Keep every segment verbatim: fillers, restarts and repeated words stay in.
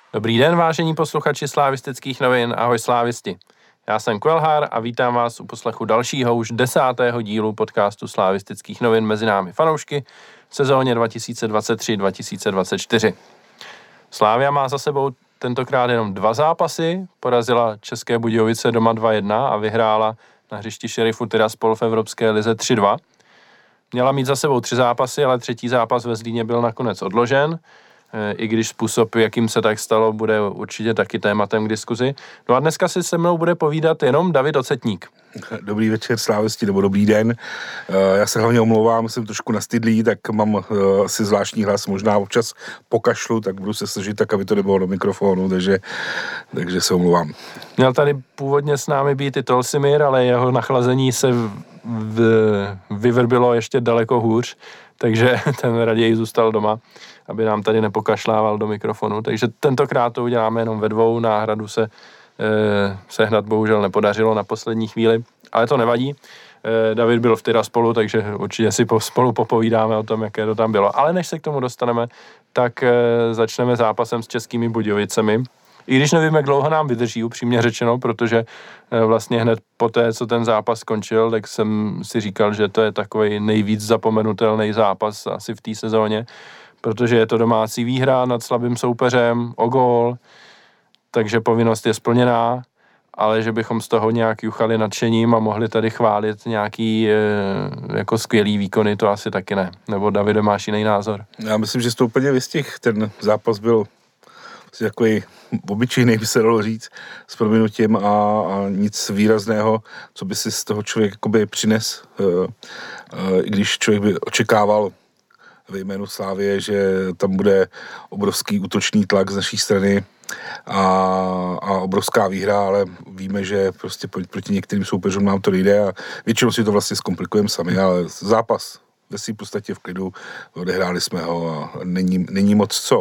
Dobrý den, vážení posluchači Slávistických novin, ahoj slávisti. Já jsem Kvelhár a vítám vás u poslechu dalšího už desátého dílu podcastu Slávistických novin Mezi námi fanoušky v sezóně dva tisíce dvacet tři dva tisíce dvacet čtyři. Slávia má za sebou tentokrát jenom dva zápasy, porazila České Budějovice doma dva jedna a vyhrála na hřišti Šerifu Tiraspol v Evropské lize tři dva. Měla mít za sebou tři zápasy, ale třetí zápas ve Zlíně byl nakonec odložen, i když způsob, jakým se tak stalo, bude určitě taky tématem k diskuzi. No a dneska si se mnou bude povídat jenom David Ocetník. Dobrý večer, slávisti, nebo dobrý den. Já se hlavně omlouvám, jsem trošku nastydlý, tak mám asi zvláštní hlas, možná občas pokašlu, tak budu se snažit tak, aby to nebylo do mikrofonu, takže, takže se omlouvám. Měl tady původně s námi být i Tolsimir, ale jeho nachlazení se v, vyvrbilo ještě daleko hůř, takže ten raději zůstal doma, aby nám tady nepokašlával do mikrofonu. Takže tentokrát to uděláme jenom ve dvou, náhradu se eh, sehnat bohužel nepodařilo na poslední chvíli, ale to nevadí. Eh, David byl v Tiraspolu, takže určitě si po, spolu popovídáme o tom, jaké to tam bylo. Ale než se k tomu dostaneme, tak eh, začneme zápasem s Českými Budějovicemi. I když nevím, jak dlouho nám vydrží, upřímně řečeno, protože eh, vlastně hned po té, co ten zápas skončil, tak jsem si říkal, že to je takový nejvíc zapomenutelný zápas asi v té sezóně, protože je to domácí výhra nad slabým soupeřem o gól, takže povinnost je splněná, ale že bychom z toho nějak juchali nadšením a mohli tady chválit nějaký e, jako skvělý výkony, to asi taky ne. Nebo Davide, máš jiný názor? Já myslím, že jsi to úplně vystih. Ten zápas byl takový obyčejný, by se dalo říct, s prominutím a, a nic výrazného, co by si z toho člověk jakoby přines, e, e, i když člověk by očekával ve jménu Slávie, že tam bude obrovský útočný tlak z naší strany a, a obrovská výhra, ale víme, že prostě proti některým soupeřům nám to nejde a většinou si to vlastně zkomplikujeme sami, ale zápas ve svým podstatě v klidu, odehráli jsme ho a není, není moc co uh,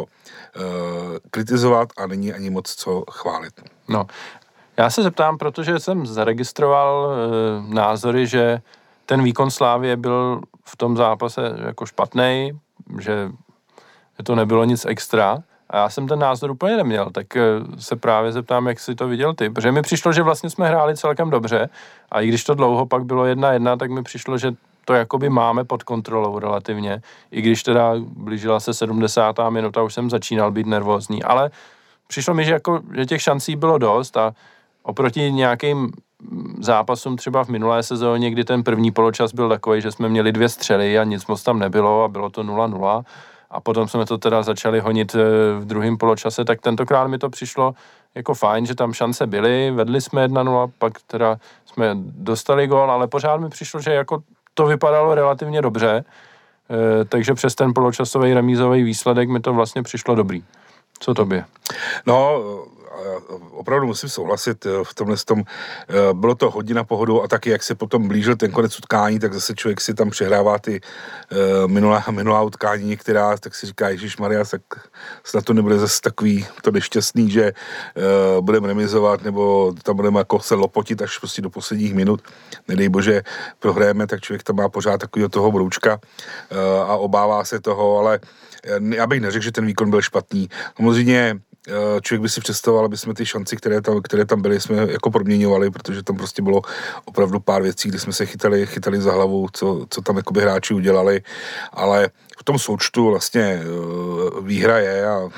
kritizovat a není ani moc co chválit. No, já se zeptám, protože jsem zaregistroval uh, názory, že ten výkon Slávie byl v tom zápase jako špatnej, že to nebylo nic extra a já jsem ten názor úplně neměl, tak se právě zeptám, jak si to viděl ty, protože mi přišlo, že vlastně jsme hráli celkem dobře a i když to dlouho pak bylo jedna jedna, tak mi přišlo, že to jakoby máme pod kontrolou relativně, i když teda blížila se sedmdesátá minuta, už jsem začínal být nervózní, ale přišlo mi, že, jako, že těch šancí bylo dost a oproti nějakým zápasům třeba v minulé sezóně, kdy ten první poločas byl takový, že jsme měli dvě střely a nic moc tam nebylo a bylo to nula nula a potom jsme to teda začali honit v druhém poločase, tak tentokrát mi to přišlo jako fajn, že tam šance byly, vedli jsme jedna nula, pak teda jsme dostali gól, ale pořád mi přišlo, že jako to vypadalo relativně dobře, takže přes ten poločasový remízový výsledek mi to vlastně přišlo dobrý. Co tobě? No, opravdu musím souhlasit v tomhle tom, bylo to hodina pohodou a taky jak se potom blížil ten konec utkání, tak zase člověk si tam přehrává ty minulá, minulá utkání některá, tak si říká, ježišmarja, tak snad to nebude zase takový to nešťastný, že budeme remizovat nebo tam budeme jako se lopotit až prostě do posledních minut, nedej bože prohrajeme, tak člověk tam má pořád takového toho broučka a obává se toho, ale já bych neřekl, že ten výkon byl špatný. Samozřejmě člověk by si představoval, aby jsme ty šanci, které tam, které tam byly, jsme jako proměňovali, protože tam prostě bylo opravdu pár věcí, kdy jsme se chytali, chytali za hlavu, co, co tam jakoby hráči udělali, ale v tom součtu vlastně výhra je a,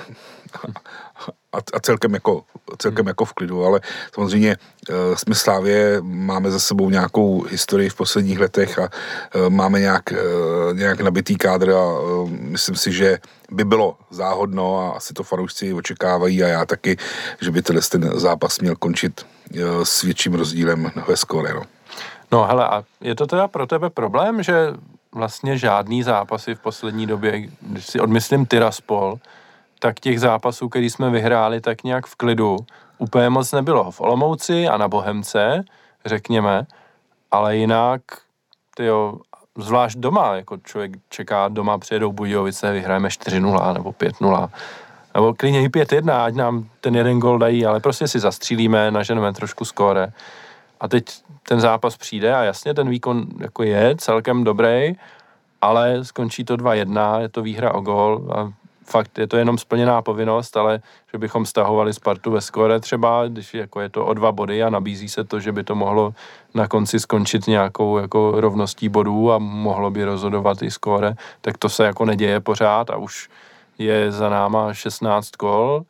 a, a celkem, jako, celkem jako v klidu, ale samozřejmě jsme Slávě, máme za sebou nějakou historii v posledních letech a máme nějak, nějak nabitý kádr a myslím si, že by bylo záhodno a asi to fanoušci očekávají a já taky, že by tenhle ten zápas měl končit s větším rozdílem ve skóre. No. no hele, a je to teda pro tebe problém, že vlastně žádný zápasy v poslední době, když si odmyslím Tiraspol, tak těch zápasů, který jsme vyhráli, tak nějak v klidu úplně moc nebylo. V Olomouci a na Bohemce, řekněme, ale jinak, tyjo, zvlášť doma, jako člověk čeká doma, přijedou Budějovice, vyhrajeme čtyři nula nebo pět nula, nebo klidně i pět jedna, ať nám ten jeden gol dají, ale prostě si zastřílíme, naženeme trošku skóre. A teď ten zápas přijde a jasně ten výkon jako je celkem dobrý, ale skončí to dva jedna, je to výhra o gól a fakt je to jenom splněná povinnost, ale že bychom stahovali Spartu ve skóre třeba, když jako je to o dva body a nabízí se to, že by to mohlo na konci skončit nějakou jako rovností bodů a mohlo by rozhodovat i skóre, tak to se jako neděje pořád a už je za náma šestnáct gól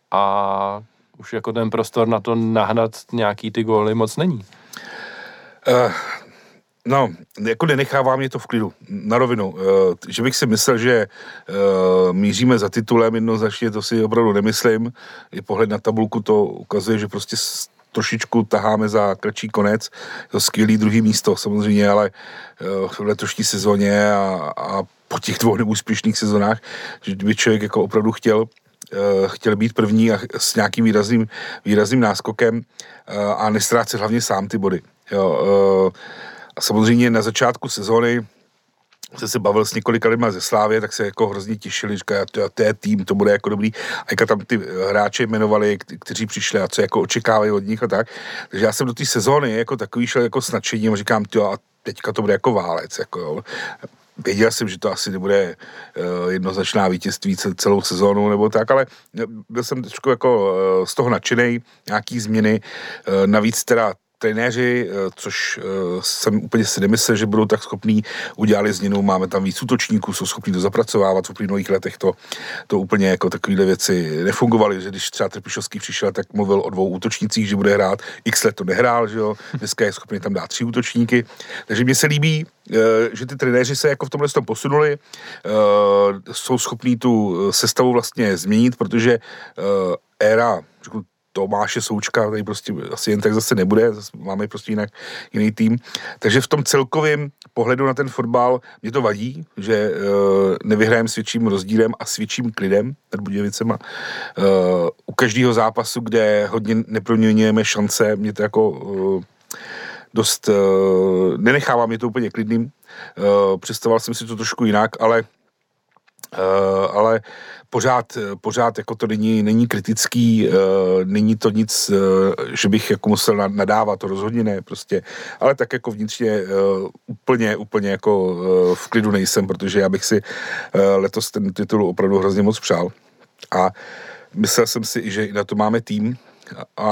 a už jako ten prostor na to nahnat nějaký ty góly moc není. Uh, no, jako nenechává mě to v klidu, na rovinu. Uh, že bych si myslel, že uh, míříme za titulem jednoznačně, to si opravdu nemyslím. I pohled na tabulku to ukazuje, že prostě trošičku taháme za kratší konec. To skvělý druhý místo samozřejmě, ale uh, v letošní sezóně a, a po těch dvou neúspěšných sezonách, že by člověk jako opravdu chtěl chtěl být první a s nějakým výrazným, výrazným náskokem a nestrácet hlavně sám ty body. Jo, a samozřejmě na začátku sezóny jsem se bavil s několika lidma ze Slávie, tak se jako hrozně těšili, říkají, to, to je tým, to bude jako dobrý. A jak tam ty hráče jmenovali, kteří přišli a co jako očekávají od nich a tak. Takže já jsem do té sezóny jako takový šel jako s nadšením a říkám, tyjo, a teďka to bude jako válec. Jako, jo. Věděl jsem, že to asi nebude uh, jednoznačná vítězství celou sezónu nebo tak, ale byl jsem trošku jako uh, z toho nadšenej, nějaký změny, uh, navíc teda trenéři, což jsem úplně si nemyslel, že budou tak schopní, udělali změnu, máme tam víc útočníků, jsou schopní to zapracovávat, v uplynulých letech to, to úplně jako takovéhle věci nefungovaly, že když třeba Trpišovský přišel, tak mluvil o dvou útočnících, že bude hrát, x let to nehrál, že jo, dneska je schopný tam dát tři útočníky, takže mně se líbí, že ty trenéři se jako v tomhle tom posunuli, jsou schopní tu sestavu vlastně změnit, protože éra, řeknu, Tomáše Součka, tady prostě asi jen tak zase nebude, zase máme prostě jinak jiný tým. Takže v tom celkovém pohledu na ten fotbal mě to vadí, že uh, nevyhrajeme s větším rozdílem a s větším klidem nad Budějovicema. Uh, u každého zápasu, kde hodně neproměňujeme šance, mě to jako uh, dost uh, nenechává mě to úplně klidným. Uh, představoval jsem si to trošku jinak, ale Uh, ale pořád, pořád jako to není, není kritický, uh, není to nic, uh, že bych jako musel nadávat, to rozhodně ne, prostě, ale tak jako vnitřně uh, úplně, úplně jako uh, v klidu nejsem, protože já bych si uh, letos ten titul opravdu hrozně moc přál a myslel jsem si, že i na to máme tým a,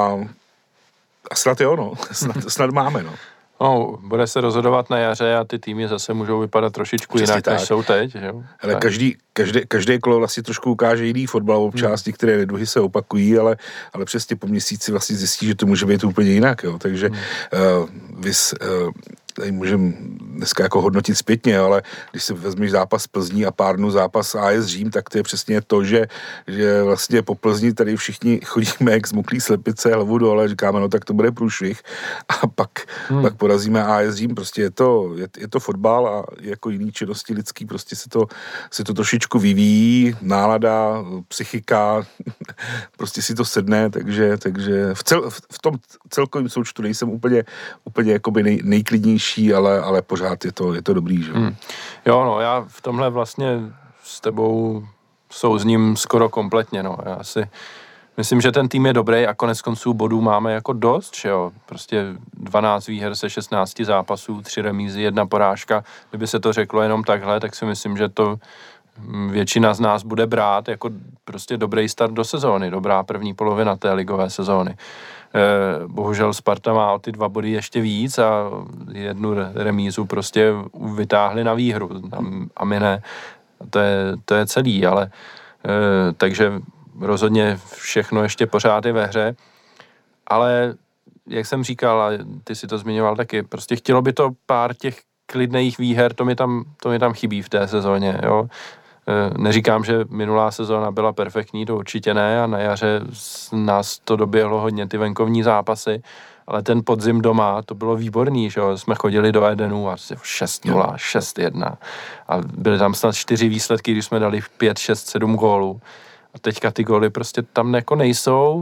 a snad jo, no, snad, snad máme, no. No, bude se rozhodovat na jaře a ty týmy zase můžou vypadat trošičku Přesně jinak, tak. než jsou teď. Jo? Ale každý, každé, každé kolo vlastně trošku ukáže jiný fotbal, občas hmm. některé neduhy se opakují, ale, ale přesně po měsíci vlastně zjistí, že to může být úplně jinak. Jo? Takže hmm. uh, vys, uh, tady můžeme dneska jako hodnotit zpětně, ale když si vezmeš zápas Plzní a pár dnů zápas á es Řím, tak to je přesně to, že, že vlastně po Plzni tady všichni chodíme jak zmuklý slepice, hlavu dole a říkáme, no tak to bude průšvih a pak, hmm. pak porazíme á es Řím, prostě je to, je, je to fotbal a jako jiný činnosti lidský, prostě se to, se to trošičku vyvíjí, nálada, psychika, prostě si to sedne, takže, takže v, cel, v tom celkovém součtu nejsem úplně, úplně jakoby nej, nejklidnější, ale, ale pořád je to, je to dobrý, že? Hmm. Jo, no, já v tomhle vlastně s tebou souzním skoro kompletně, no, já si myslím, že ten tým je dobrý a konec konců bodů máme jako dost, že jo, prostě dvanáct výher se šestnácti zápasů, tři remízy, jedna porážka, kdyby se to řeklo jenom takhle, tak si myslím, že to většina z nás bude brát jako prostě dobrý start do sezóny, dobrá první polovina té ligové sezóny. Bohužel Sparta má o ty dva body ještě víc a jednu remízu prostě vytáhli na výhru a my ne. To je, to je celý, ale takže rozhodně všechno ještě pořád je ve hře, ale jak jsem říkal, a ty si to zmiňoval taky, prostě chtělo by to pár těch klidných výher, to mi tam, to mi tam chybí v té sezóně, jo. Neříkám, že minulá sezóna byla perfektní, to určitě ne a na jaře nás to doběhlo hodně ty venkovní zápasy, ale ten podzim doma, to bylo výborný, že jo, jsme chodili do Edenu a šest nula, šest jedna a byly tam snad čtyři výsledky, když jsme dali pět, šest, sedm gólů a teďka ty góly prostě tam jako nejsou,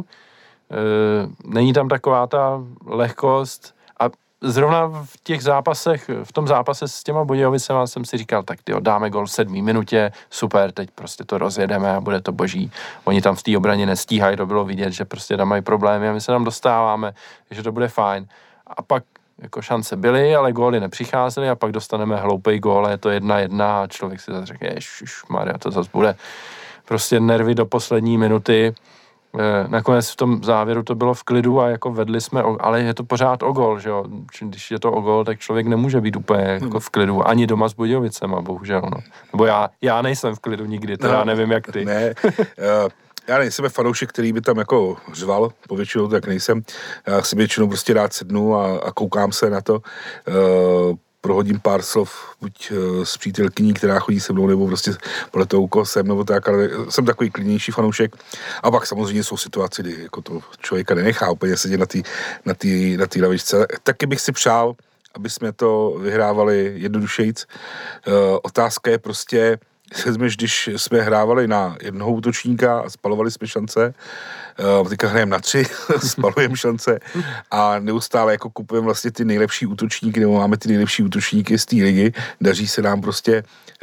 není tam taková ta lehkost a zrovna v těch zápasech, v tom zápase s těma Budějovicema jsem si říkal, tak tyjo, dáme gol v sedmý minutě, super, teď prostě to rozjedeme a bude to boží. Oni tam v té obraně nestíhají, to bylo vidět, že prostě tam mají problémy a my se tam dostáváme, že to bude fajn. A pak jako šance byly, ale góly nepřicházely a pak dostaneme hloupej gól a je to jedna jedna a člověk si zase řekne, ježišmarja, to zase bude, prostě nervy do poslední minuty. Nakonec v tom závěru to bylo v klidu a jako vedli jsme, o, ale je to pořád o gol, že jo. Když je to o gol, tak člověk nemůže být úplně jako v klidu, ani doma s Budějovicema, bohužel, no. Nebo já, já nejsem v klidu nikdy, to no, já nevím, jak ty. Ne, já nejsem fanoušek, který by tam jako řval, povětšinou tak nejsem. Já si většinou prostě rád sednu a, a koukám se na to. Prohodím pár slov, buď s přítelkyní, která chodí se mnou, nebo prostě podle toho, koho jsem, nebo tak, ale jsem takový klidnější fanoušek. A pak samozřejmě jsou situace, kdy jako to člověka nenechá úplně sedět na té na tý, na tý lavičce. Taky bych si přál, aby jsme to vyhrávali jednodušejc. Otázka je prostě, když jsme hrávali na jednoho útočníka a spalovali jsme šance, uh, teďka hrajeme na tři, spalujeme šance a neustále jako kupujeme vlastně ty nejlepší útočníky, nebo máme ty nejlepší útočníky z té ligy, daří se nám prostě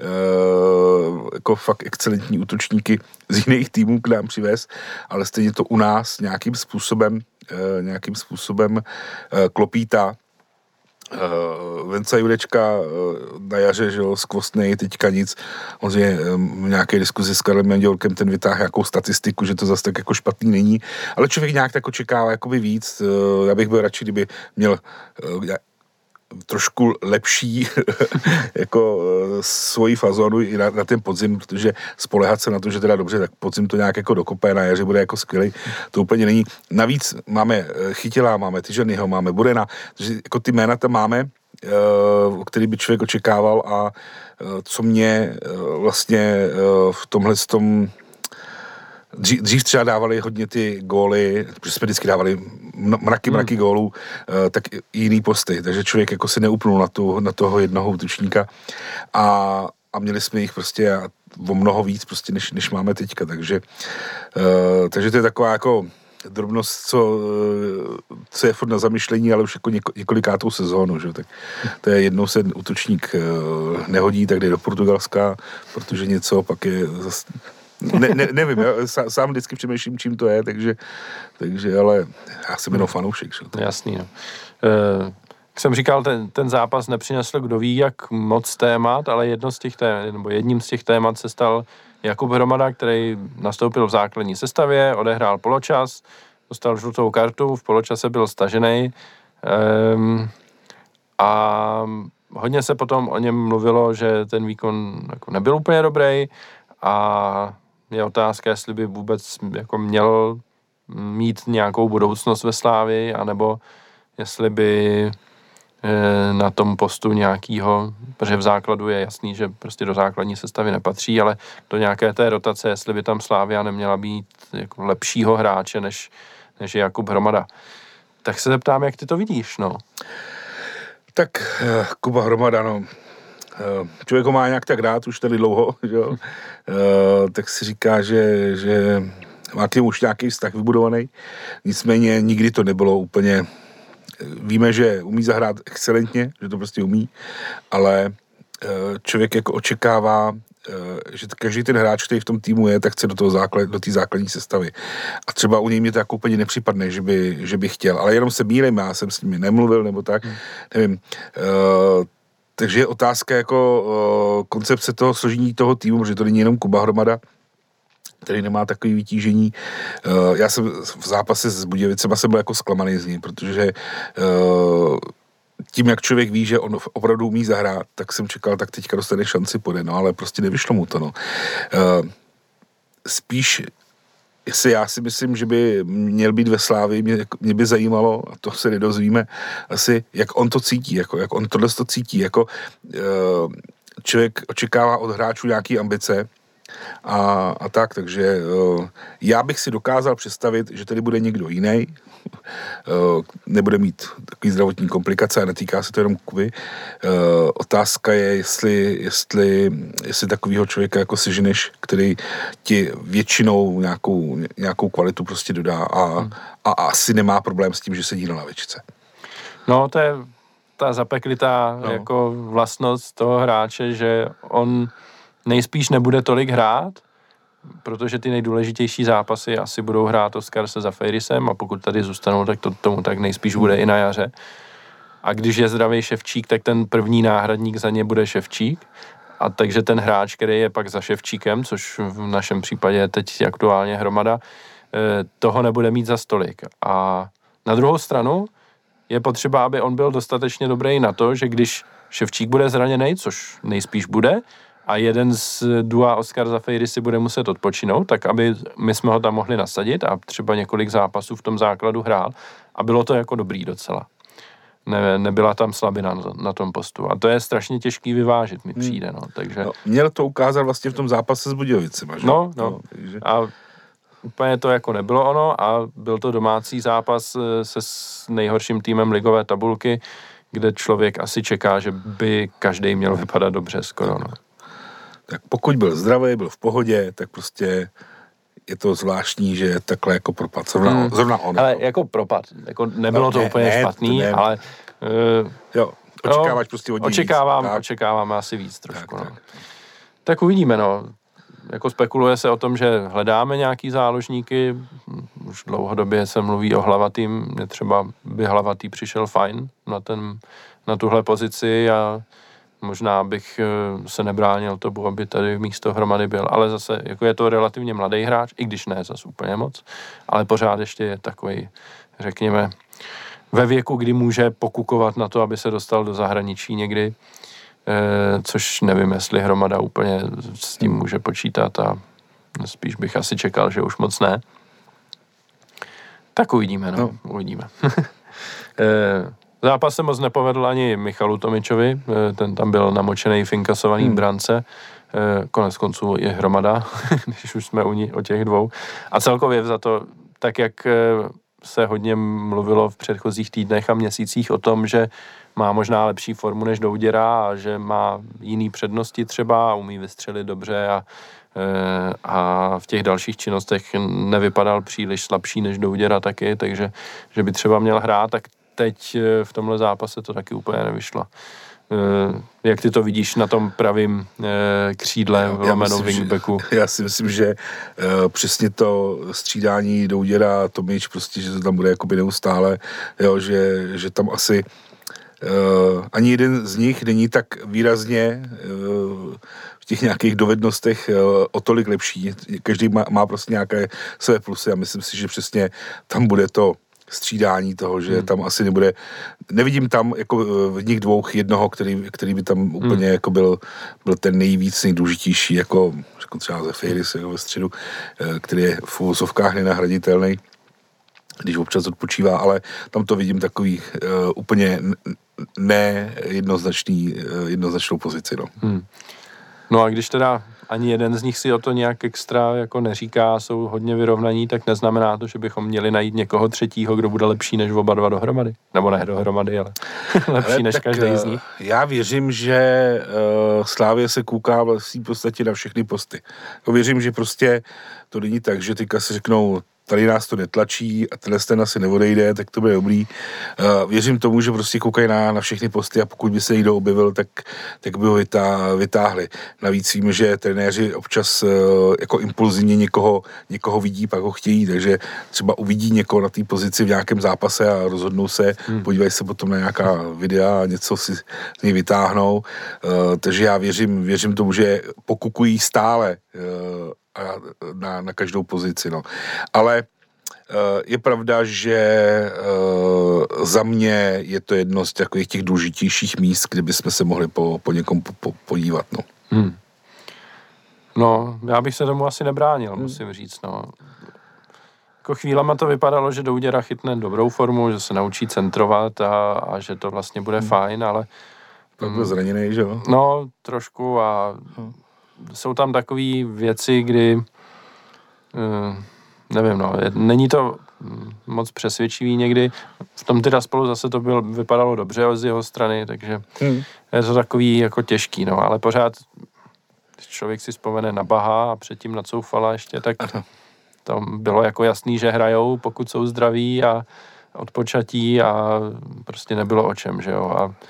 uh, jako fakt excelentní útočníky z jiných týmů k nám přivést, ale stejně to u nás nějakým způsobem, uh, nějakým způsobem uh, klopítá. Uh, Venca Jurečka uh, na jaře, že jo, skvostnej, teďka nic. On je um, nějaké diskuzi s Karlem Jandělkem, ten vytáhl nějakou statistiku, že to zase tak jako špatný není. Ale člověk nějak tak očekává jakoby víc. Uh, já bych byl radši, kdyby měl uh, trošku lepší jako uh, svoji fazonu i na, na ten podzim, protože spoléhat se na to, že teda dobře, tak podzim to nějak jako dokopé, na jaře bude jako skvělý, to úplně není. Navíc máme Chytila, máme Tyžanyho, máme Burena, takže jako ty jména tam máme, uh, který by člověk očekával a uh, co mě uh, vlastně uh, v tomhle tom Dřív, dřív třeba dávali hodně ty góly, protože jsme vždycky dávali mraky, mraky hmm. gólů, tak i jiný posty, takže člověk jako si neupnul na, tu, na toho jednoho útočníka a, a měli jsme jich prostě o mnoho víc prostě, než, než máme teďka, takže, uh, takže to je taková jako drobnost, co, co je furt na zamyšlení, ale už jako něko, několikátou sezónu, že? Tak to je jednou se útočník uh, nehodí, tak jde do Portugalska, protože něco, pak je zase Ne, ne, nevím, já sám vždycky přemýšlím, čím to je, takže, takže ale já jsem jenom fanoušek. Že? Jasný, no. E, jak jsem říkal, ten, ten zápas nepřinesl kdo ví jak moc témat, ale jedno z těch témat, nebo jedním z těch témat se stal Jakub Hromada, který nastoupil v základní sestavě, odehrál poločas, dostal žlutou kartu, v poločase byl stažený e, a hodně se potom o něm mluvilo, že ten výkon jako nebyl úplně dobrý a je otázka, jestli by vůbec jako měl mít nějakou budoucnost ve Slávii, anebo jestli by na tom postu nějakýho, protože v základu je jasný, že prostě do základní sestavy nepatří, ale do nějaké té rotace, jestli by tam Slávia neměla být jako lepšího hráče, než, než je Jakub Hromada. Tak se zeptám, jak ty to vidíš, no. Tak Kuba Hromada, no. Člověk ho má nějak tak rád, už tady dlouho, že jo? Tak si říká, že, že má k němu už nějaký vztah vybudovaný. Nicméně nikdy to nebylo úplně... Víme, že umí zahrát excelentně, že to prostě umí, ale člověk jako očekává, že každý ten hráč, který v tom týmu je, tak chce do toho základ, do té základní sestavy. A třeba u něj mě to jako úplně nepřipadne, že by, že by chtěl. Ale jenom se mýlím, já jsem s nimi nemluvil, nebo tak, hmm. nevím. Takže je otázka jako uh, koncepce toho složení toho týmu, protože to není jenom Kuba Hromada, který nemá takový vytížení. Uh, já jsem v zápase s Budějovicema jsem byl jako zklamaný z ní, protože uh, tím, jak člověk ví, že on opravdu umí zahrát, tak jsem čekal, tak teďka dostane šanci pode, no ale prostě nevyšlo mu to, no. Uh, spíš jestli já si myslím, že by měl být ve Slávii, mě, mě by zajímalo, a to se nedozvíme, asi, jak on to cítí, jako, jak on tohle to cítí, jako uh, člověk očekává od hráčů nějaký ambice a, a tak, takže uh, já bych si dokázal představit, že tady bude někdo jiný, uh, nebude mít takový zdravotní komplikace a netýká se to jenom Kuby. Uh, otázka je, jestli, jestli, jestli takovýho člověka jako seženeš, který ti většinou nějakou, nějakou kvalitu prostě dodá a, hmm. a, a asi nemá problém s tím, že sedí na lavičce. No, to je ta zapeklitá no. jako vlastnost toho hráče, že on nejspíš nebude tolik hrát, protože ty nejdůležitější zápasy asi budou hrát Oskar se Zafeirisem a pokud tady zůstanou, tak to tomu tak nejspíš bude i na jaře. A když je zdravý Ševčík, tak ten první náhradník za ně bude Ševčík a takže ten hráč, který je pak za Ševčíkem, což v našem případě je teď aktuálně Hromada, toho nebude mít za stolik. A na druhou stranu je potřeba, aby on byl dostatečně dobrý na to, že když Ševčík bude zraněný, což nejspíš bude, a jeden z dua Oskar Zafejry si bude muset odpočinout, tak aby my jsme ho tam mohli nasadit a třeba několik zápasů v tom základu hrál a bylo to jako dobrý docela. Ne, nebyla tam slabina na, na tom postu. A to je strašně těžký vyvážit, mi přijde, no, takže... No, měl to ukázat vlastně v tom zápase s Budějovicema, že? No, no. no takže... A úplně to jako nebylo ono a byl to domácí zápas se s nejhorším týmem ligové tabulky, kde člověk asi čeká, že by každý měl vypadat dobře skoro, no. Tak pokud byl zdravý, byl v pohodě, tak prostě je to zvláštní, že takhle jako propad. Zrovna, hmm. zrovna on. Ale jako propad. Jako nebylo no, to ne, úplně ne, špatný, ne. ale... Uh, jo, očekáváš jo, prostě od něj očekávám, víc. Očekáváme asi víc trošku, tak, no. tak. tak uvidíme, no. Jako spekuluje se o tom, že hledáme nějaký záložníky. Už dlouhodobě se mluví o Hlavatým. Mě třeba by Hlavatý přišel fajn na, ten, na tuhle pozici a možná bych se nebránil tomu, aby tady místo Hromady byl, ale zase jako je to relativně mladý hráč, i když ne zase úplně moc, ale pořád ještě je takový, řekněme, ve věku, kdy může pokukovat na to, aby se dostal do zahraničí někdy, eh, což nevím, jestli Hromada úplně s tím může počítat a spíš bych asi čekal, že už moc ne. Tak uvidíme, no, no. uvidíme. eh, Zápas se moc nepovedl ani Michalu Tomičovi, ten tam byl namočený v inkasovaný hmm. brance, konec konců je Hromada, když už jsme u ní, o těch dvou. A celkově za to, tak jak se hodně mluvilo v předchozích týdnech a měsících o tom, že má možná lepší formu než Douděra a že má jiný přednosti třeba a umí vystřelit dobře a, a v těch dalších činnostech nevypadal příliš slabší než Douděra taky, takže že by třeba měl hrát, tak teď v tomhle zápase to taky úplně nevyšlo. Jak ty to vidíš na tom pravým křídle v lomeno wingbacku? Já si myslím, že přesně to střídání Douděra a Tomič, prostě, že to tam bude jakoby neustále, jo, že, že tam asi uh, ani jeden z nich není tak výrazně uh, v těch nějakých dovednostech uh, o tolik lepší. Každý má, má prostě nějaké své plusy a myslím si, že přesně tam bude to střídání toho, že hmm. tam asi nebude, nevidím tam jako v nich dvou jednoho, který, který by tam úplně hmm. jako byl, byl ten nejvíc, nejdůležitější, jako, jako třeba Zefeiris jako ve středu, který je v uvozovkách nenahraditelný, když občas odpočívá, ale tam to vidím takový uh, úplně nejednoznačný, uh, jednoznačnou pozici, no. Hmm. No a když teda ani jeden z nich si o to nějak extra jako neříká, jsou hodně vyrovnaní, tak neznamená to, že bychom měli najít někoho třetího, kdo bude lepší než oba dva dohromady. Nebo ne dohromady, ale lepší ale než každý z nich. Já věřím, že uh, Slavie se kouká vlastně v podstatě na všechny posty. Já věřím, že prostě to není tak, že teďka si řeknou, tady nás to netlačí a tenhle ten asi neodejde, tak to bude dobrý. Uh, věřím tomu, že prostě koukají na, na všechny posty a pokud by se někdo objevil, tak, tak by ho vytá, vytáhli. Navíc víme, že trenéři občas uh, jako impulzivně někoho, někoho vidí, pak ho chtějí, takže třeba uvidí někoho na té pozici v nějakém zápase a rozhodnou se, hmm. podívají se potom na nějaká videa a něco si z něj vytáhnou. Uh, takže já věřím, věřím tomu, že pokukují stále uh, a na, na každou pozici, no. Ale uh, je pravda, že uh, za mě je to jedno z takových těch důležitějších míst, kde bychom se mohli po, po někom po, po, podívat, no. Hmm. No, já bych se tomu asi nebránil, hmm. musím říct, no. Jako chvílema to vypadalo, že Douděra chytne dobrou formu, že se naučí centrovat a, a že to vlastně bude hmm. fajn, ale... Pak byl zraněnej, že jo? No, trošku a... Hmm. Jsou tam takové věci, kdy uh, nevím, no, není to moc přesvědčivý někdy. V tom teda spolu zase to byl, vypadalo dobře z jeho strany, takže hmm. je to takový jako těžký, no, ale pořád když člověk si vzpomene na Baha a předtím na Coufala ještě, tak Aha. tam bylo jako jasný, že hrajou, pokud jsou zdraví a odpočatí a prostě nebylo o čem, že jo, a uh,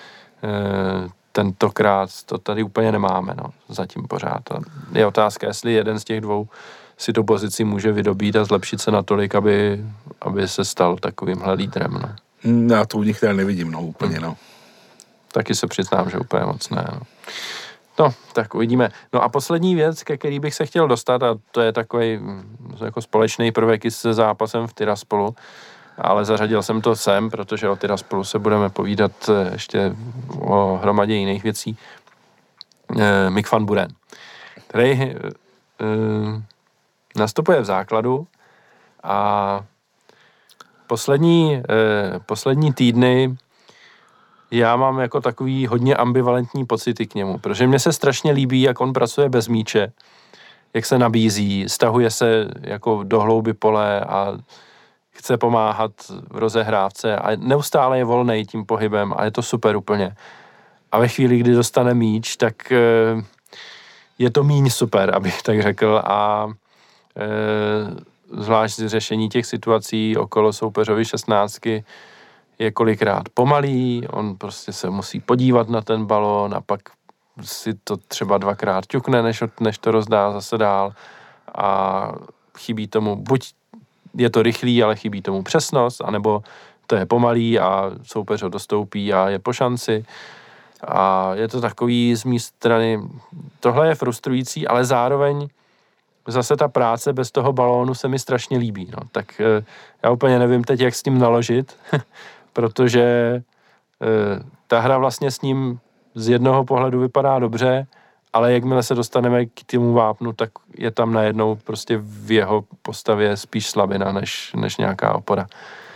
tentokrát to tady úplně nemáme, no, zatím pořád. A je otázka, jestli jeden z těch dvou si tu pozici může vydobít a zlepšit se natolik, aby, aby se stal takovýmhle lídrem, no. Já to u nich teda nevidím, no, úplně, no. Taky se přiznám, že úplně moc ne, no. No, tak uvidíme. No a poslední věc, ke který bych se chtěl dostat, a to je takový jako společný prvek i se zápasem v Tiraspolu, ale zařadil jsem to sem, protože o Tiraspolu se budeme povídat ještě o hromadě jiných věcí. E, Mick van Buren, který e, nastupuje v základu a poslední, e, poslední týdny já mám jako takový hodně ambivalentní pocity k němu, protože mně se strašně líbí, jak on pracuje bez míče, jak se nabízí, stahuje se jako do hlouby pole a chce pomáhat v rozehrávce a neustále je volnej tím pohybem a je to super úplně. A ve chvíli, kdy dostane míč, tak je to míň super, abych tak řekl, a zvlášť řešení těch situací okolo soupeřovy šestnáctky je kolikrát pomalý, on prostě se musí podívat na ten balón a pak si to třeba dvakrát ťukne, než, než to rozdá zase dál a chybí tomu, buď je to rychlý, ale chybí tomu přesnost, anebo to je pomalý a soupeř ho dostoupí a je po šanci. A je to takový z mé strany, tohle je frustrující, ale zároveň zase ta práce bez toho balónu se mi strašně líbí. No. Tak já úplně nevím teď, jak s tím naložit, protože e, ta hra vlastně s ním z jednoho pohledu vypadá dobře, ale jakmile se dostaneme k tomu vápnu, tak je tam najednou prostě v jeho postavě spíš slabina, než, než nějaká opora.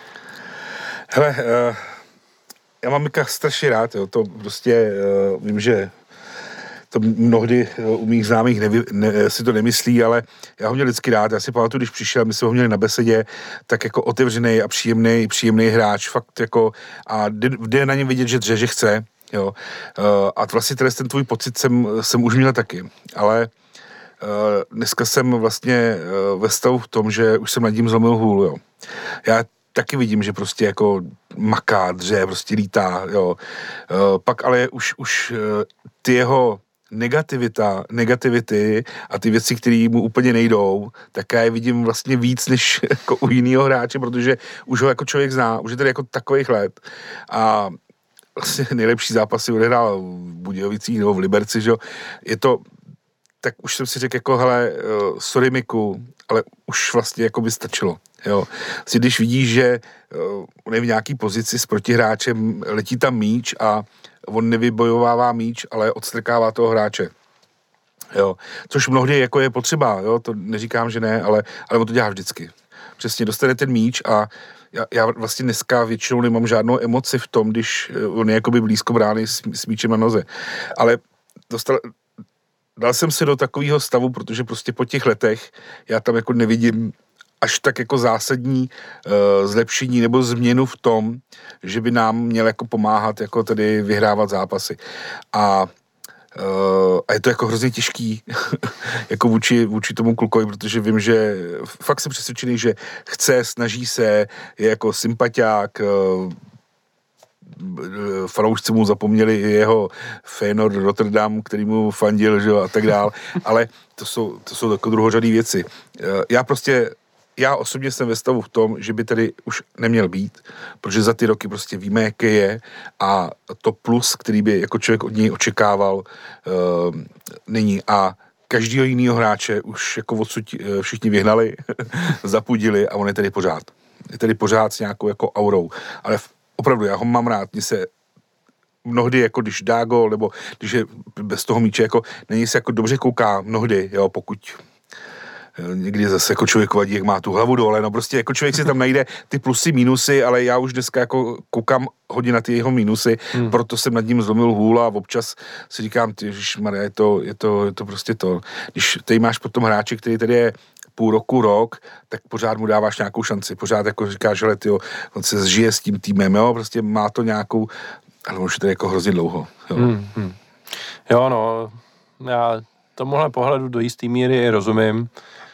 Hele, uh, já mám Mika strašně rád, jo, to prostě uh, vím, že to mnohdy u mých známých nevy, ne, si to nemyslí, ale já ho měl vždycky rád. Já si pamatuju, když přišel, my jsme ho měli na besedě, tak jako otevřený a příjemný, příjemný hráč, fakt jako, a jde na něm vidět, že dře, že chce, jo. A vlastně ten tvůj pocit jsem, jsem už měl taky, ale dneska jsem vlastně ve stavu v tom, že už jsem nad tím zlomil hůl, jo. Já taky vidím, že prostě jako maká, dře, prostě lítá, jo. Pak ale už, už ty jeho negativita, negativity a ty věci, které mu úplně nejdou, tak já je vidím vlastně víc než jako u jiného hráče, protože už ho jako člověk zná, už je tady jako takových let a vlastně nejlepší zápasy odehrál v Budějovicích nebo v Liberci, že jo, je to, tak už jsem si řekl jako, hele, sorry Miku, ale už vlastně jako by stačilo, jo. Si když vidíš, že on je v nějaký pozici s protihráčem, letí tam míč a on nevybojovává míč, ale odstrkává toho hráče. Jo. Což mnohdy jako je potřeba, jo, to neříkám, že ne, ale, ale on to dělá vždycky. Přesně, dostane ten míč a já, já vlastně dneska většinou nemám žádnou emoci v tom, když on je jakoby blízko brány s, s míčem na noze. Ale dostal, dal jsem se do takového stavu, protože prostě po těch letech já tam jako nevidím až tak jako zásadní uh, zlepšení nebo změnu v tom, že by nám měl jako pomáhat jako tedy vyhrávat zápasy. A, uh, a je to jako hrozně těžký jako vůči, vůči tomu klukovi, protože vím, že fakt jsem přesvědčený, že chce, snaží se, je jako sympatiák, uh, fanoušci mu zapomněli jeho Feyenoord Rotterdam, který mu fandil, že jo, a tak dál, ale to jsou, to jsou jako druhořadý věci. Uh, já prostě Já osobně jsem ve stavu v tom, že by tady už neměl být, protože za ty roky prostě víme, jaké je a to plus, který by jako člověk od něj očekával, uh, není. A každýho jinýho hráče už jako odsud všichni vyhnali, zapudili a on je tady pořád. Je tady pořád s nějakou jako aurou. Ale opravdu, já ho mám rád, mně se mnohdy, jako když dá gol, nebo když je bez toho míče, jako není se jako dobře kouká mnohdy, jo, pokud někdy zase jako člověk vadí, jak má tu hlavu dole, no prostě jako člověk si tam najde ty plusy, mínusy, ale já už dneska jako koukám hodně na ty jeho mínusy, hmm. proto jsem nad ním zlomil hůl a občas si říkám, ježišmarja, je to, je to, je to prostě to. Když tady máš potom hráče, který tady je půl roku, rok, tak pořád mu dáváš nějakou šanci, pořád jako říkáš, že tyjo, on se zžije s tím týmem, jo, prostě má to nějakou, ale už je to jako hrozně dlouho. Jo, hmm, hmm. jo no, já tomuhle pohledu do jistý míry rozumím.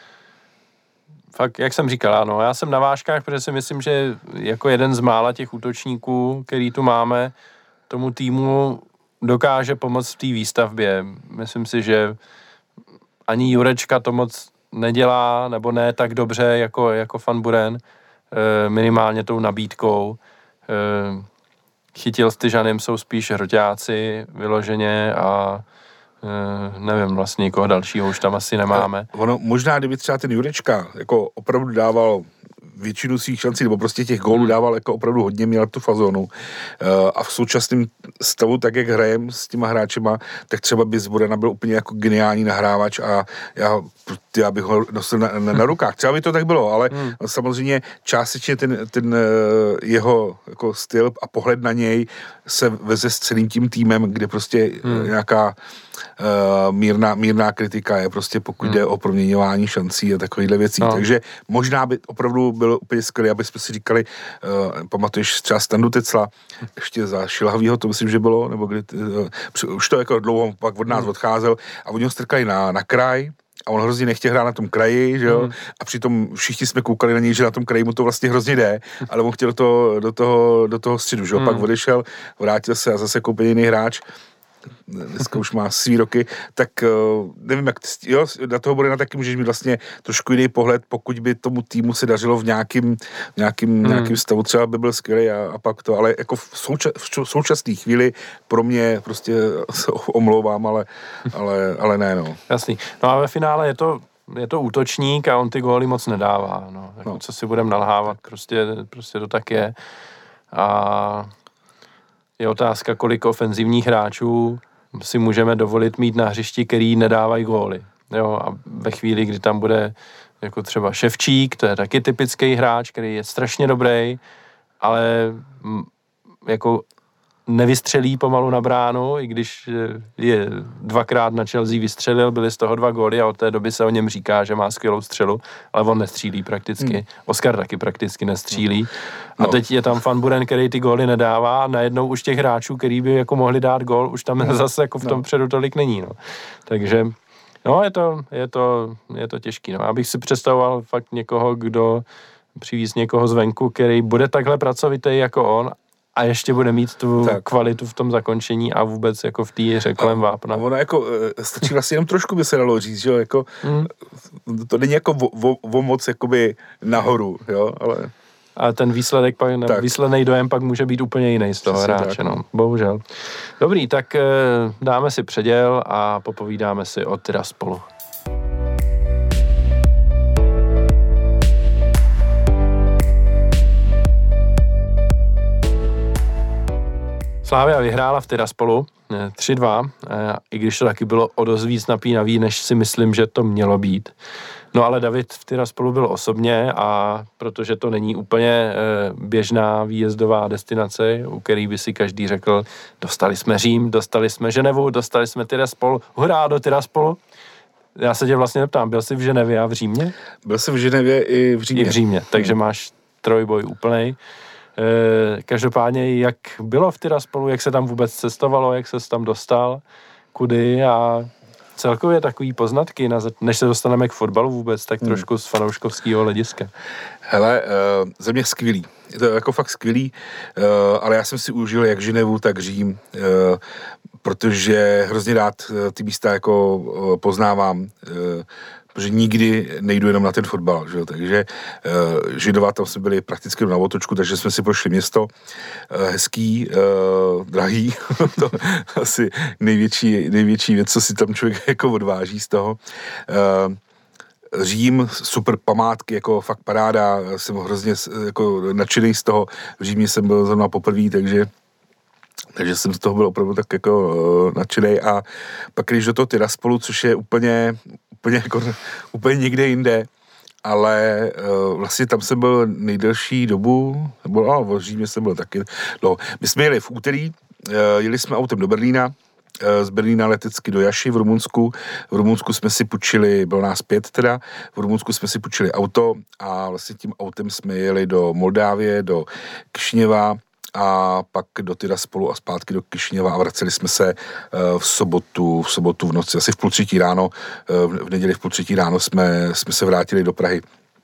Fakt, jak jsem říkal, ano, já jsem na vážkách, protože si myslím, že jako jeden z mála těch útočníků, který tu máme, tomu týmu dokáže pomoct v té výstavbě. Myslím si, že ani Jurečka to moc nedělá, nebo ne tak dobře jako, jako Van Buren, minimálně tou nabídkou. Chytil s Tyžanem jsou spíš hroťáci vyloženě a nevím vlastně nikoho dalšího už tam asi nemáme. Ono, možná kdyby třeba ten Jurečka jako opravdu dával většinu svých šancí, nebo prostě těch gólů dával jako opravdu hodně, měl tu fazonu. A v současném stavu, tak jak hrajem s těma hráčema, tak třeba by Zborana byl úplně jako geniální nahrávač a já, já bych ho nosil na, na, na rukách. Třeba by to tak bylo, ale hmm. samozřejmě částečně ten, ten jeho jako styl a pohled na něj se veze s celým tím týmem, kde prostě hmm. nějaká Uh, mírná, mírná kritika je prostě, pokud hmm. jde o proměňování šancí a takovýhle věcí. No. Takže možná by opravdu bylo úplně skvělé, aby jsme si říkali, uh, pamatuješ třeba Standu Tecla, ještě za Šilhavýho, to myslím, že bylo, nebo kdy, uh, už to jako dlouho pak od nás hmm. odcházel a oni ho strkali na, na kraj a on hrozně nechtěl hrát na tom kraji, že jo, hmm. a přitom všichni jsme koukali na něj, že na tom kraji mu to vlastně hrozně jde, ale on chtěl to do toho, do toho středu, že jo, hmm. pak odešel, vrátil se a zase koupil jiný hráč, dneska už má svý roky, tak uh, nevím, jak ty, jo, na toho Borana taky můžeš mít vlastně trošku jiný pohled, pokud by tomu týmu se dařilo v nějakým, nějakým, hmm. nějakým stavu, třeba by byl skvělý a, a pak to, ale jako v, souča, v současné chvíli pro mě prostě se omlouvám, ale, ale, ale ne, no. Jasný. No a ve finále je to je to útočník a on ty góly moc nedává, no. Jako no. Co si budem nalhávat, prostě, prostě to tak je. A je otázka, kolik ofenzivních hráčů si můžeme dovolit mít na hřišti, který nedávají góly. Jo, a ve chvíli, kdy tam bude jako třeba Ševčík, to je taky typický hráč, který je strašně dobrý, ale jako nevystřelí pomalu na bránu, i když je dvakrát na Chelsea vystřelil, byly z toho dva góly a od té doby se o něm říká, že má skvělou střelu, ale on nestřílí prakticky. Hmm. Oscar taky prakticky nestřílí. No. A teď je tam Van Buren, který ty góly nedává a najednou už těch hráčů, který by jako mohli dát gól, už tam no. zase jako v tom no. předu tolik není. No. Takže no, je to, je to, je to těžký. No. Abych si představoval fakt někoho, kdo přivíz někoho zvenku, který bude takhle pracovitý jako on a ještě bude mít tu tak. kvalitu v tom zakončení a vůbec jako v té hře kolem vápna. A ono jako, stačí vlastně jenom trošku by se dalo říct, že jo, jako, mm. to není jako o, o, o moc jakoby nahoru, jo, ale... A ten výsledek pak, tak. výsledný dojem pak může být úplně jiný z toho Přesně hráče, tak. no, bohužel. Dobrý, tak dáme si předěl a popovídáme si o Tiraspolu. Slavia vyhrála v Tiraspolu tři dva, i když to taky bylo o dost víc napínavý, než si myslím, že to mělo být. No ale David v Tiraspolu byl osobně a protože to není úplně běžná výjezdová destinace, u který by si každý řekl, dostali jsme Řím, dostali jsme Ženevu, dostali jsme Tiraspol, hurá do Tiraspolu. Já se tě vlastně neptám, byl jsi v Ženevě a v Římě? Byl jsem v Ženevě i v Římě. I v Římě, takže hmm. máš trojboj úplnej. Každopádně, jak bylo v Tiraspolu, jak se tam vůbec cestovalo, jak se tam dostal, kudy a celkově takový poznatky, než se dostaneme k fotbalu vůbec, tak trošku z fanouškovského hlediska. Hele, země skvělý. Je to jako fakt skvělý, ale já jsem si užil jak Ženevu, tak Řím, protože hrozně rád ty místa jako poznávám, protože nikdy nejdu jenom na ten fotbal, že jo? Takže uh, Židová, tam jsme byli prakticky na otočku, takže jsme si prošli město, uh, hezký, uh, drahý, to asi největší, největší věc, co si tam člověk jako odváží z toho. Uh, Řím, super památky, jako fakt paráda, jsem hrozně jako nadšený z toho, v Římě jsem byl zrovna poprvé, takže takže jsem z toho byl opravdu tak jako uh, nadšenej a pak když do toho Tiraspolu, což je úplně, úplně jako úplně někde jinde, ale uh, vlastně tam jsem byl nejdelší dobu, nebo no, v Římě jsem byl taky dlouho. My jsme jeli v úterý, uh, jeli jsme autem do Berlína, uh, z Berlína letecky do Jaši v Rumunsku. V Rumunsku jsme si půjčili, bylo nás pět teda, v Rumunsku jsme si půjčili auto a vlastně tím autem jsme jeli do Moldávie, do Kišněva, a pak do Tiraspolu a zpátky do Kišněva a vraceli jsme se v sobotu, v sobotu v noci, asi v půl třetí ráno, v neděli v půl třetí ráno jsme, jsme se vrátili do Prahy.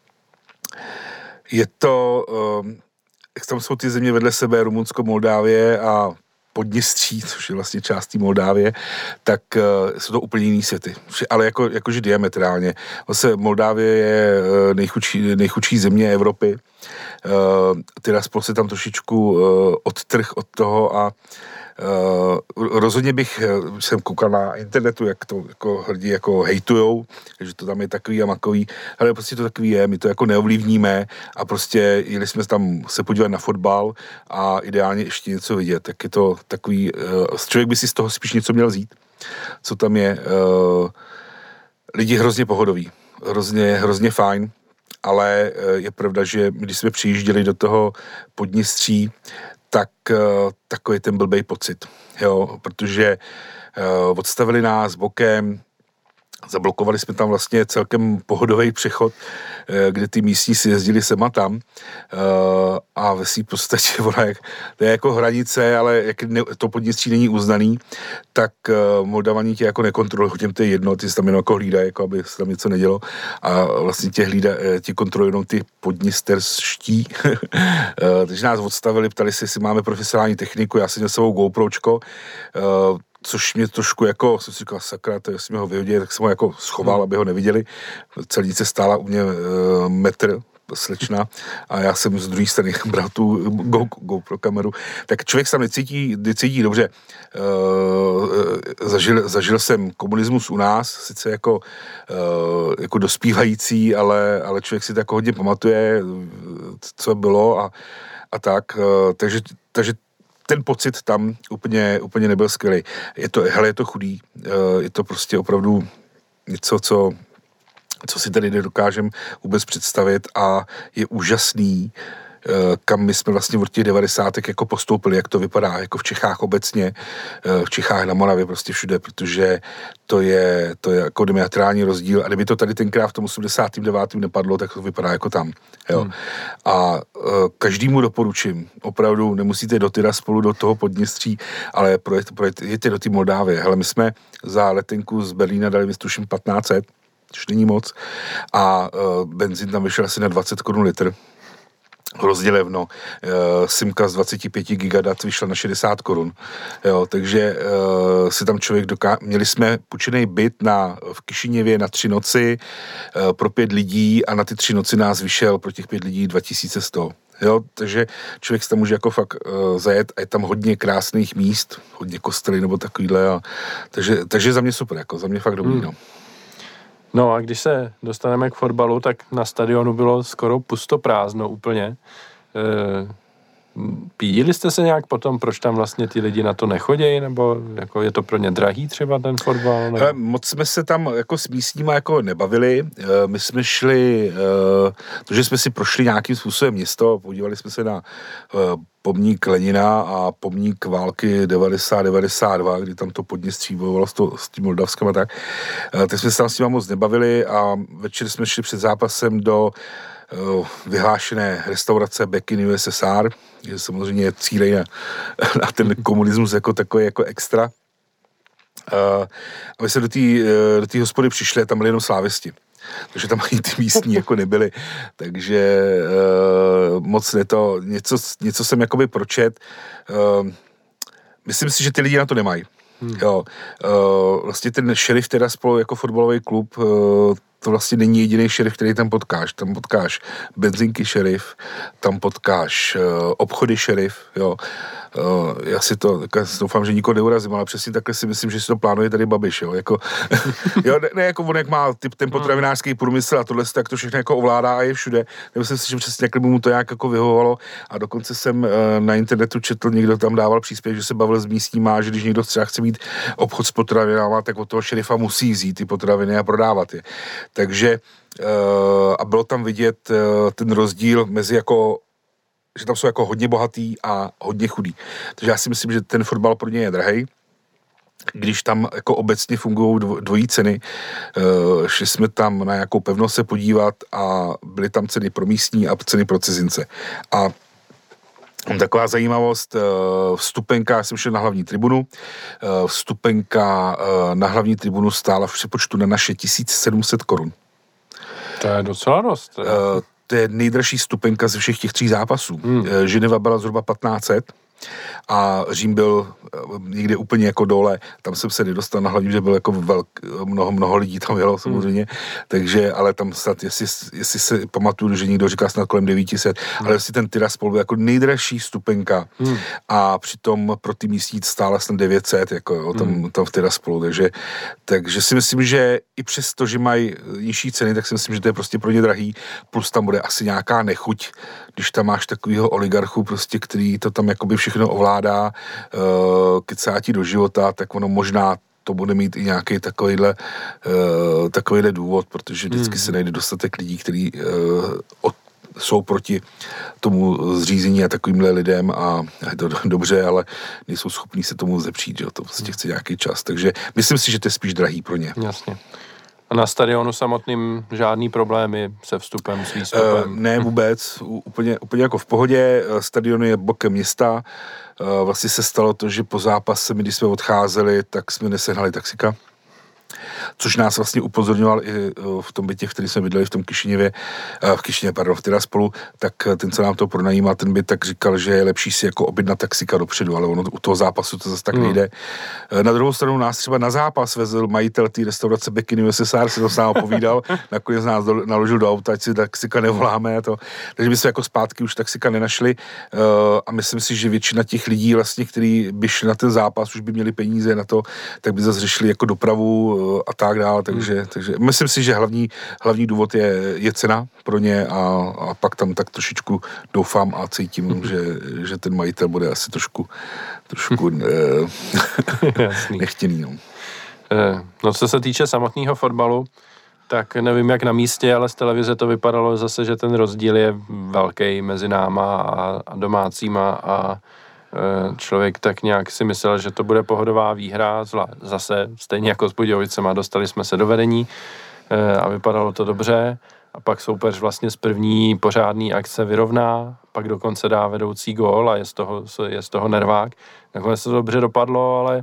Je to, jak tam jsou ty země vedle sebe, Rumunsko, Moldávie a Podněstří, což je vlastně částí Moldávie, tak uh, jsou to úplně jiný světy. Ale jako, jakože diametrálně. Vlastně Moldávie je uh, nejchudší, nejchudší země Evropy. Uh, Tiraspol se tam trošičku uh, odtrh od toho a Uh, rozhodně bych, jsem koukal na internetu, jak to jako hrdí jako hejtujou, že to tam je takový a makový, ale prostě to takový je, my to jako neovlivníme a prostě jeli jsme tam se podívat na fotbal a ideálně ještě něco vidět, tak je to takový, uh, člověk by si z toho spíš něco měl vzít, co tam je. Uh, lidi hrozně pohodoví, hrozně, hrozně fajn, ale je pravda, že když jsme přijížděli do toho Podněstří, tak takový ten blbej pocit, jo, protože uh, odstavili nás bokem, zablokovali jsme tam vlastně celkem pohodový přechod, uh, kde ty místní si jezdili sem a tam uh, a ve svým podstatě, ona, jak, to je jako hranice, ale jak ne, to Podněstří není uznaný, tak uh, Moldavani tě jako nekontrolují, těm to je jedno, ty se tam jenom jako hlídají, jako aby se tam něco nedělo a vlastně tě hlída, ti kontrolují jenom ty podněsterští, takže nás odstavili, ptali se, jestli máme profesionální techniku, já jsem měl sebou GoPročko, uh, což mě trošku jako, jsem si říkal, sakra, to jestli mi ho vyhodili, tak jsem ho jako schoval, hmm. aby ho neviděli. Celnice stála u mě uh, metr slečna a já jsem z druhé strany bral tu Go, GoPro kameru. Tak člověk se tam necítí, necítí dobře. Uh, zažil, zažil jsem komunismus u nás, sice jako, uh, jako dospívající, ale, ale člověk si to jako hodně pamatuje, co bylo a, a tak. Uh, takže, takže ten pocit tam úplně, úplně nebyl skvělý. Je to, hele, je to chudý, je to prostě opravdu něco, co, co si tady nedokážem vůbec představit a je úžasný, kam my jsme vlastně od těch devadesátek jako postoupili, jak to vypadá, jako v Čechách obecně, v Čechách na Moravě, prostě všude, protože to je, to je jako diametrální rozdíl a kdyby to tady tenkrát v tom osmdesátém devátém nepadlo, tak to vypadá jako tam. Jo. Hmm. A uh, každému doporučím, opravdu nemusíte do Tyra spolu do toho Podněstří, ale projete, projete, jděte do té Moldávie. Hele, my jsme za letenku z Berlína dali, vystuším patnáct set, což není moc, a uh, benzín tam vyšel asi na dvacet korun litr. Hrozně levno. Uh, simka z dvacet pět gigadat vyšla na šedesát korun. Jo, takže uh, si tam člověk doká... Měli jsme půjčený byt na, v Kišiněvě na tři noci uh, pro pět lidí a na ty tři noci nás vyšel pro těch pět lidí dva tisíce sto. Jo, takže člověk se tam může jako fakt uh, zajet a je tam hodně krásných míst, hodně kostely nebo takovýhle. A, takže, takže za mě super, jako za mě fakt dobrý, hmm. no. No a když se dostaneme k fotbalu, tak na stadionu bylo skoro pustoprázdno úplně. E, pídili jste se nějak potom, proč tam vlastně ty lidi na to nechodějí, nebo jako je to pro ně drahý třeba ten fotbal? Nebo... Hele, moc jsme se tam jako s místníma jako nebavili. E, my jsme šli, e, to, že jsme si prošli nějakým způsobem město, podívali jsme se na e, pomník Lenina a pomník války devadesát devadesát dva, kdy tam to Podněstří bojovalo s, to, s tím Moldavskem a tak. E, tak jsme se tam s nima moc nebavili a večer jsme šli před zápasem do e, vyhlášené restaurace Back in U S S R, že samozřejmě cílej na, na ten komunismus jako takový jako extra. E, a my se do té do té hospody přišli a tam byli jenom slávisti. Takže tam ani ty místní jako nebyli, takže uh, moc ne to, něco, něco jsem jakoby pročet. Uh, myslím si, že ty lidi na to nemají. Hmm. Jo. Uh, vlastně ten šerif teda spolu jako fotbalový klub, uh, to vlastně není jediný šerif, který tam potkáš. Tam potkáš benzinky šerif, tam potkáš uh, obchody šerif, jo. Uh, já si to, doufám, že nikoho neurazím, ale přesně takhle si myslím, že si to plánuje tady Babiš, jo, jako, jo, ne, ne jako on, jak má typ, ten potravinářský průmysl a tohle, tak to všechno jako ovládá a je všude. Myslím si, že přesně takhle by mu to nějak jako vyhovovalo a dokonce jsem uh, na internetu četl, někdo tam dával příspěvek, že se bavil s místníma, že když někdo třeba chce mít obchod s potravinama, tak od toho šerifa musí vzít ty potraviny a prodávat je. Takže uh, a bylo tam vidět uh, ten rozdíl mezi jako že tam jsou jako hodně bohatý a hodně chudý. Takže já si myslím, že ten fotbal pro ně je drahej. Když tam jako obecně fungují dvojí ceny, šli jsme tam na nějakou pevnost se podívat a byly tam ceny pro místní a ceny pro cizince. A taková zajímavost, vstupenka, já jsem šel na hlavní tribunu, vstupenka na hlavní tribunu stála v přepočtu na naše tisíc sedm set korun. To je docela dost. To je nejdražší stupenka ze všech těch tří zápasů. Hmm. Ženeva byla zhruba patnáct set a Řím byl někde úplně jako dole, tam jsem se nedostal na hlavní, že byl jako velk, mnoho, mnoho lidí tam jelo samozřejmě, hmm. takže, ale tam snad, jestli, jestli se pamatuju, že někdo říká snad kolem devět set, hmm. ale jestli ten Tiraspol byl jako nejdražší stupenka hmm. a přitom pro ty místní stála snad devět set, jako jo, tam, hmm. tam v Tiraspolu, takže, takže si myslím, že i přesto, že mají nižší ceny, tak si myslím, že to je prostě pro ně drahý, plus tam bude asi nějaká nechuť, když tam máš takovýho oligarchu, prostě, který to tam jakoby všechno ovládá, uh, kecá ti do života, tak ono možná to bude mít i nějaký takovýhle, uh, takovýhle důvod, protože vždycky hmm. se najde dostatek lidí, kteří uh, od jsou proti tomu zřízení a takovýmhle lidem a je to dobře, ale nejsou schopní se tomu zepřít, že to prostě chce nějaký čas, takže myslím si, že to je spíš drahý pro ně. Jasně. A na stadionu samotným žádný problémy se vstupem, s výstupem? Uh, ne vůbec, úplně, úplně jako v pohodě, stadion je bokem města, uh, vlastně se stalo to, že po zápase, my když jsme odcházeli, tak jsme nesehnali taxika, což nás vlastně upozorňoval i v tom bytě, v kterém jsme bydleli v tom Kišiněvě, v Kišině, pardon, v Tiraspolu, tak ten, co nám to pronajímal, ten byt, tak říkal, že je lepší si jako objednat taxika dopředu, ale ono u toho zápasu to zase tak mm. nejde. Na druhou stranu nás třeba na zápas vezl majitel té restaurace Bekiny U S S R, si to sám povídal, nakonec nás do, naložil do auta, ať si taxika nevoláme a to. Takže my jsme jako zpátky už taxika nenašli a myslím si, že většina těch lidí vlastně, kteří by šli na ten zápas, už by měli peníze na to, tak by zase řešili jako dopravu a tak dále, takže, hmm. takže myslím si, že hlavní, hlavní důvod je, je cena pro ně a, a pak tam tak trošičku doufám a cítím, hmm. že, že ten majitel bude asi trošku, trošku eh, nechtěný. No. no co se týče samotného fotbalu, tak nevím jak na místě, ale z televize to vypadalo zase, že ten rozdíl je velký mezi náma a, a domácíma a člověk tak nějak si myslel, že to bude pohodová výhra, zase stejně jako s Budějovicema, dostali jsme se do vedení a vypadalo to dobře a pak soupeř vlastně z první pořádný akce vyrovná, pak dokonce dá vedoucí gól a je z toho, je z toho nervák. Nakonec to dobře dopadlo, ale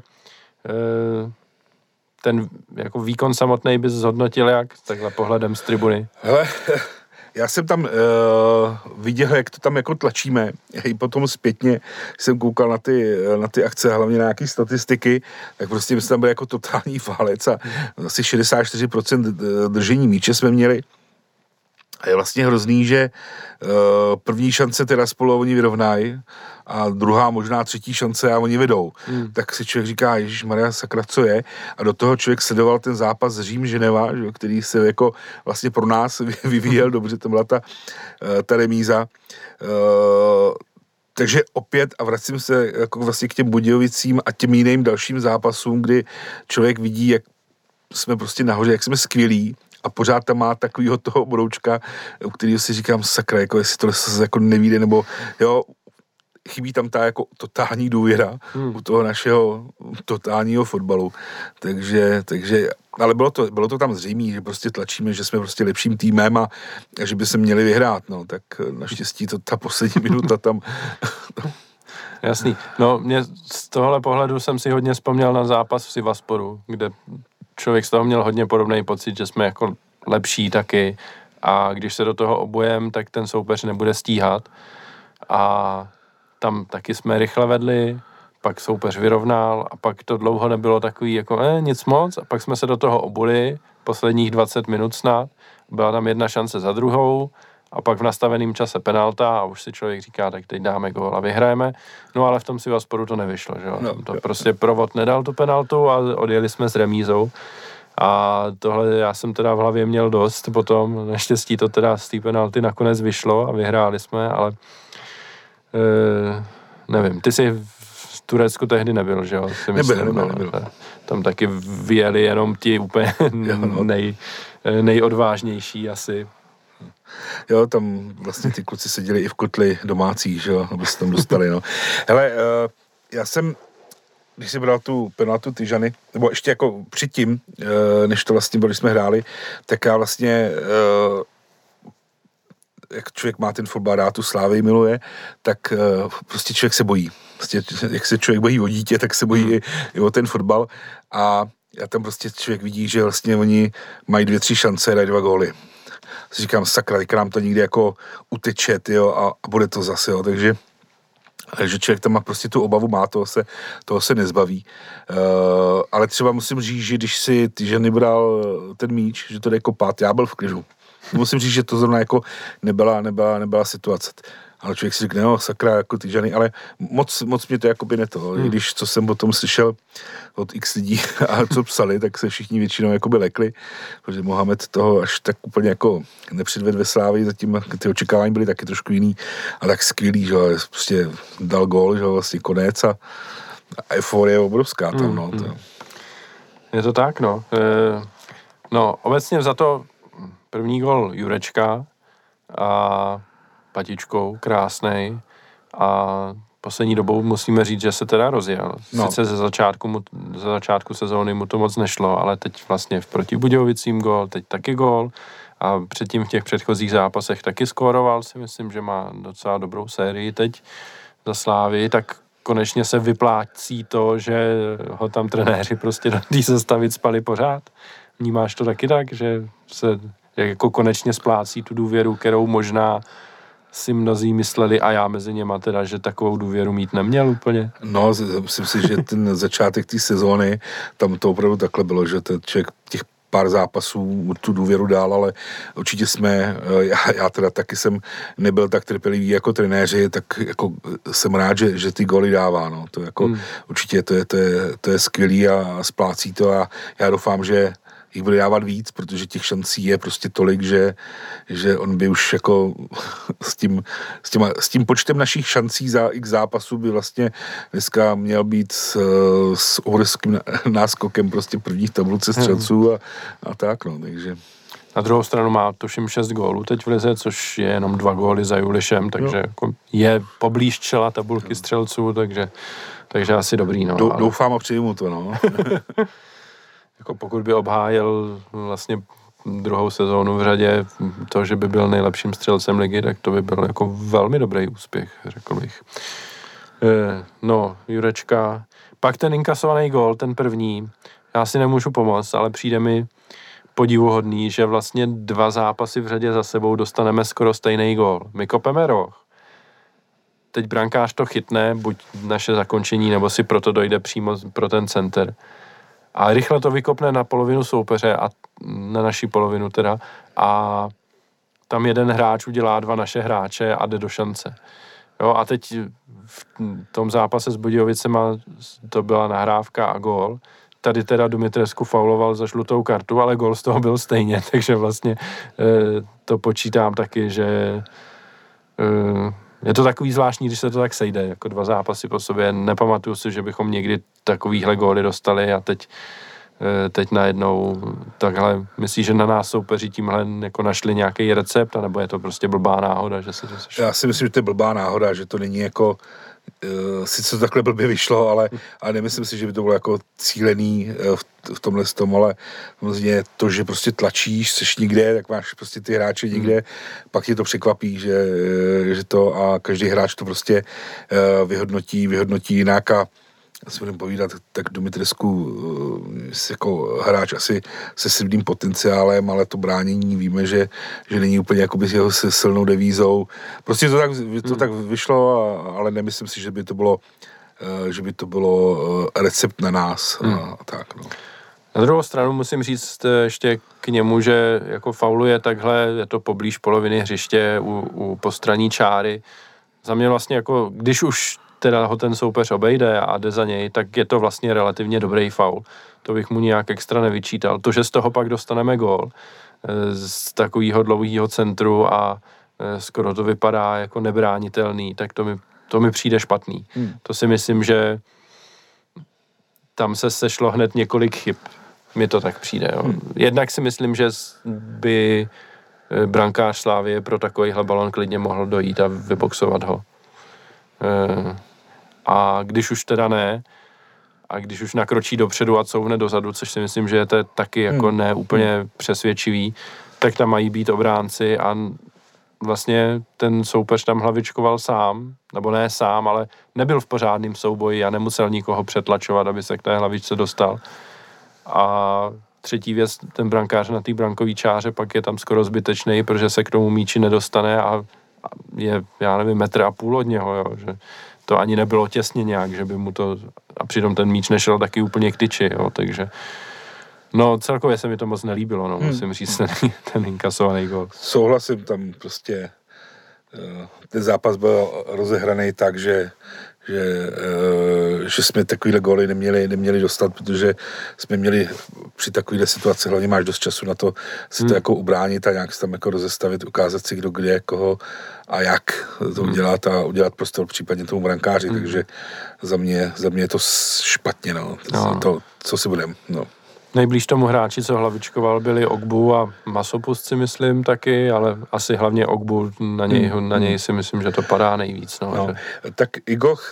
ten jako výkon samotný bys zhodnotil jak takhle pohledem z tribuny? Hele, já jsem tam uh, viděl, jak to tam jako tlačíme. I potom zpětně jsem koukal na ty, na ty akce, hlavně na nějaké statistiky, tak prostě my jsme tam byli jako totální válec a asi šedesát čtyři procent držení míče jsme měli. A je vlastně hrozný, že uh, první šance teda spolu oni vyrovnají a druhá, možná třetí šance a oni vedou. Hmm. Tak si člověk říká, ježišmarja, sakra, co je? A do toho člověk sledoval ten zápas Řím-Ženeva, že, který se jako vlastně pro nás vyvíjel dobře, to byla ta, ta remíza. Uh, takže opět, a vracím se jako vlastně k těm Budějovicím a těm jiným dalším zápasům, kdy člověk vidí, jak jsme prostě nahoře, jak jsme skvělí, a pořád tam má takovýho toho broučka, u kterého si říkám, sakra, jako jestli to se jako nevíde, nebo jo, chybí tam ta jako totální důvěra hmm. u toho našeho totálního fotbalu. Takže, takže ale bylo to, bylo to tam zřejmé, že prostě tlačíme, že jsme prostě lepším týmem a, a že by se měli vyhrát, no, tak naštěstí to ta poslední minuta tam... Jasný. No, mě z tohohle pohledu jsem si hodně vzpomněl na zápas v Sivasporu, kde člověk z toho měl hodně podobný pocit, že jsme jako lepší taky a když se do toho obojem, tak ten soupeř nebude stíhat a tam taky jsme rychle vedli, pak soupeř vyrovnal a pak to dlouho nebylo takový jako eh, nic moc a pak jsme se do toho obuli, posledních dvacet minut snad, byla tam jedna šance za druhou a pak v nastaveném čase penalta a už si člověk říká, tak teď dáme gól a vyhrajeme. No ale v tom Sivasporu to nevyšlo, že jo. No, to jo. Prostě provod nedal tu penaltu a odjeli jsme s remízou. A tohle já jsem teda v hlavě měl dost potom. Naštěstí to teda z té penalty nakonec vyšlo a vyhráli jsme, ale e, nevím, ty jsi v Turecku tehdy nebyl, že jo? Si myslím, nebyl, nebyl, nebyl. Tam taky vyjeli jenom ti úplně nej, nejodvážnější asi. Jo, tam vlastně ty kluci seděli i v kotli domácí, že jo, aby se tam dostali, no. Hele, uh, já jsem, když jsem bral tu penaltu Tyžany, nebo ještě jako předtím, uh, než to vlastně bylo, když jsme hráli, tak já vlastně, uh, jak člověk má ten fotbal rád, tu Slávy miluje, tak uh, prostě člověk se bojí. Prostě, jak se člověk bojí o dítě, tak se bojí hmm. i, i o ten fotbal a já tam prostě člověk vidí, že vlastně oni mají dvě, tři šance, dají dva góly. Si říkám, sakra, teďka nám to někdy jako uteče, tyjo, a, a bude to zase, jo, takže že člověk tam má prostě tu obavu, má, toho se, toho se nezbaví. Uh, ale třeba musím říct, že když si ty ženy bral ten míč, že to jde kopat, já byl v klidu. Musím říct, že to zrovna jako nebyla, nebyla, nebyla situace. Ale člověk si řekne, no sakra, jako ty ženy, ale moc, moc mě to jako by neto. Hmm. I když, co jsem potom slyšel od x lidí a co psali, tak se všichni většinou jako by lekli, protože Mohamed toho až tak úplně jako nepředved ve Slávii, zatím ty očekávání byly taky trošku jiný a tak skvělý, že prostě dal gól, že vlastně konec a, a euforie je obrovská tam, hmm. no. To. Je to tak, no. E, no, obecně za to první gól Jurečka a patičkou, krásnej a poslední dobou musíme říct, že se teda rozjel. No. Sice ze začátku, mu, ze začátku sezóny mu to moc nešlo, ale teď vlastně v proti Budějovicím gól, teď taky gól a předtím v těch předchozích zápasech taky skóroval, si myslím, že má docela dobrou sérii teď za Slávy, tak konečně se vyplácí to, že ho tam trenéři prostě do té sestavy spali pořád. Vnímáš to taky tak, že se jako konečně splácí tu důvěru, kterou možná si mnozí mysleli a já mezi něma teda, že takovou důvěru mít neměl úplně. No, myslím si, že ten začátek té sezóny, tam to opravdu takhle bylo, že ten člověk těch pár zápasů tu důvěru dál, ale určitě jsme, já, já teda taky jsem nebyl tak trpělivý jako trenéři, tak jako jsem rád, že, že ty góly dává, no, to jako hmm. určitě to je, to je, to je skvělý a splácí to a já doufám, že jich bude dávat víc, protože těch šancí je prostě tolik, že, že on by už jako s tím, s, těma, s tím počtem našich šancí za x zápasů by vlastně dneska měl být s, s obrovským náskokem prostě první v tabulce střelců a, a tak, no, takže... Na druhou stranu má tuším šest gólů teď v lize, což je jenom dva góly za Julišem, takže jako je poblíž čela tabulky střelců, takže, takže asi dobrý, no. Dou, ale... Doufám a přijmu to, no. Jako pokud by obhájil vlastně druhou sezónu v řadě to, že by byl nejlepším střelcem ligy, tak to by byl jako velmi dobrý úspěch, řekl bych. E, no, Jurečka. Pak ten inkasovaný gól, ten první, já si nemůžu pomoct, ale přijde mi podivuhodný, že vlastně dva zápasy v řadě za sebou dostaneme skoro stejný gól. My kopeme roh. Teď brankář to chytne, buď naše zakončení, nebo si proto dojde přímo pro ten center. A rychle to vykopne na polovinu soupeře a na naši polovinu teda a tam jeden hráč udělá dva naše hráče a jde do šance. Jo, a teď v tom zápase s Budějovicema to byla nahrávka a gól. Tady teda Dumitrescu fauloval za žlutou kartu, ale gól z toho byl stejně, takže vlastně e, to počítám taky, že e, je to takový zvláštní, když se to tak sejde, jako dva zápasy po sobě. Nepamatuju si, že bychom někdy takovýhle góly dostali a teď, teď najednou takhle, myslíš, že na nás soupeři tímhle jako našli nějaký recept, anebo je to prostě blbá náhoda, že se to sešlo? Já si myslím, že to je blbá náhoda, že to není jako Uh, sice to takhle blbě vyšlo, ale, ale nemyslím si, že by to bylo jako cílený uh, v, v tomhle tom, ale samozřejmě to, že prostě tlačíš, seš někde, tak máš prostě ty hráče někde, hmm. pak tě to překvapí, že, že to a každý hráč to prostě uh, vyhodnotí, vyhodnotí jinak a si budeme povídat, tak Dumitrescu uh, jako hráč asi se silným potenciálem, ale to bránění víme, že, že není úplně jakoby s jeho silnou devízou. Prostě to tak, to hmm. tak vyšlo, a, ale nemyslím si, že by to bylo, uh, že by to bylo uh, recept na nás. Hmm. A, a tak, no. Na druhou stranu musím říct ještě k němu, že jako fauluje takhle, je to poblíž poloviny hřiště u, u postranní čáry. Za mě vlastně jako, když už teda ho ten soupeř obejde a jde za něj, tak je to vlastně relativně dobrý faul. To bych mu nějak extra nevyčítal. To, že z toho pak dostaneme gól z takového dlouhého centru a skoro to vypadá jako nebránitelný, tak to mi, to mi přijde špatný. Hmm. To si myslím, že tam se sešlo hned několik chyb. Mi to tak přijde. Jo. Hmm. Jednak si myslím, že by brankář Slávie pro takovýhle balon klidně mohl dojít a vyboxovat ho. A když už teda ne, a když už nakročí dopředu a couvne dozadu, což si myslím, že je to taky jako ne úplně přesvědčivý, tak tam mají být obránci a vlastně ten soupeř tam hlavičkoval sám, nebo ne sám, ale nebyl v pořádném souboji a nemusel nikoho přetlačovat, aby se k té hlavičce dostal. A třetí věc, ten brankář na té brankové čáře pak je tam skoro zbytečný, protože se k tomu míči nedostane a je, já nevím, metr a půl od něho, jo, že to ani nebylo těsně nějak, že by mu to, a přitom ten míč nešel taky úplně k tyči, jo, takže no celkově se mi to moc nelíbilo, no, musím říct, ten, ten inkasovaný gól. Souhlasím, tam prostě ten zápas byl rozehraný tak, že že, že jsme takovýhle góly neměli, neměli dostat, protože jsme měli při takovýhle situaci, hlavně máš dost času na to si to hmm. jako ubránit a nějak se tam jako rozestavit, ukázat si, kdo kde, koho a jak to hmm. udělat a udělat prostor případně tomu brankáři, hmm. takže za mě, za mě je to špatně, no, to, no. to co si budem, no. Nejblíž tomu hráči, co hlavičkoval, byli Ogbu a Masopust, si myslím taky, ale asi hlavně Ogbu, na něj, hmm. na něj si myslím, že to padá nejvíc. No, no, že... Tak Igoch,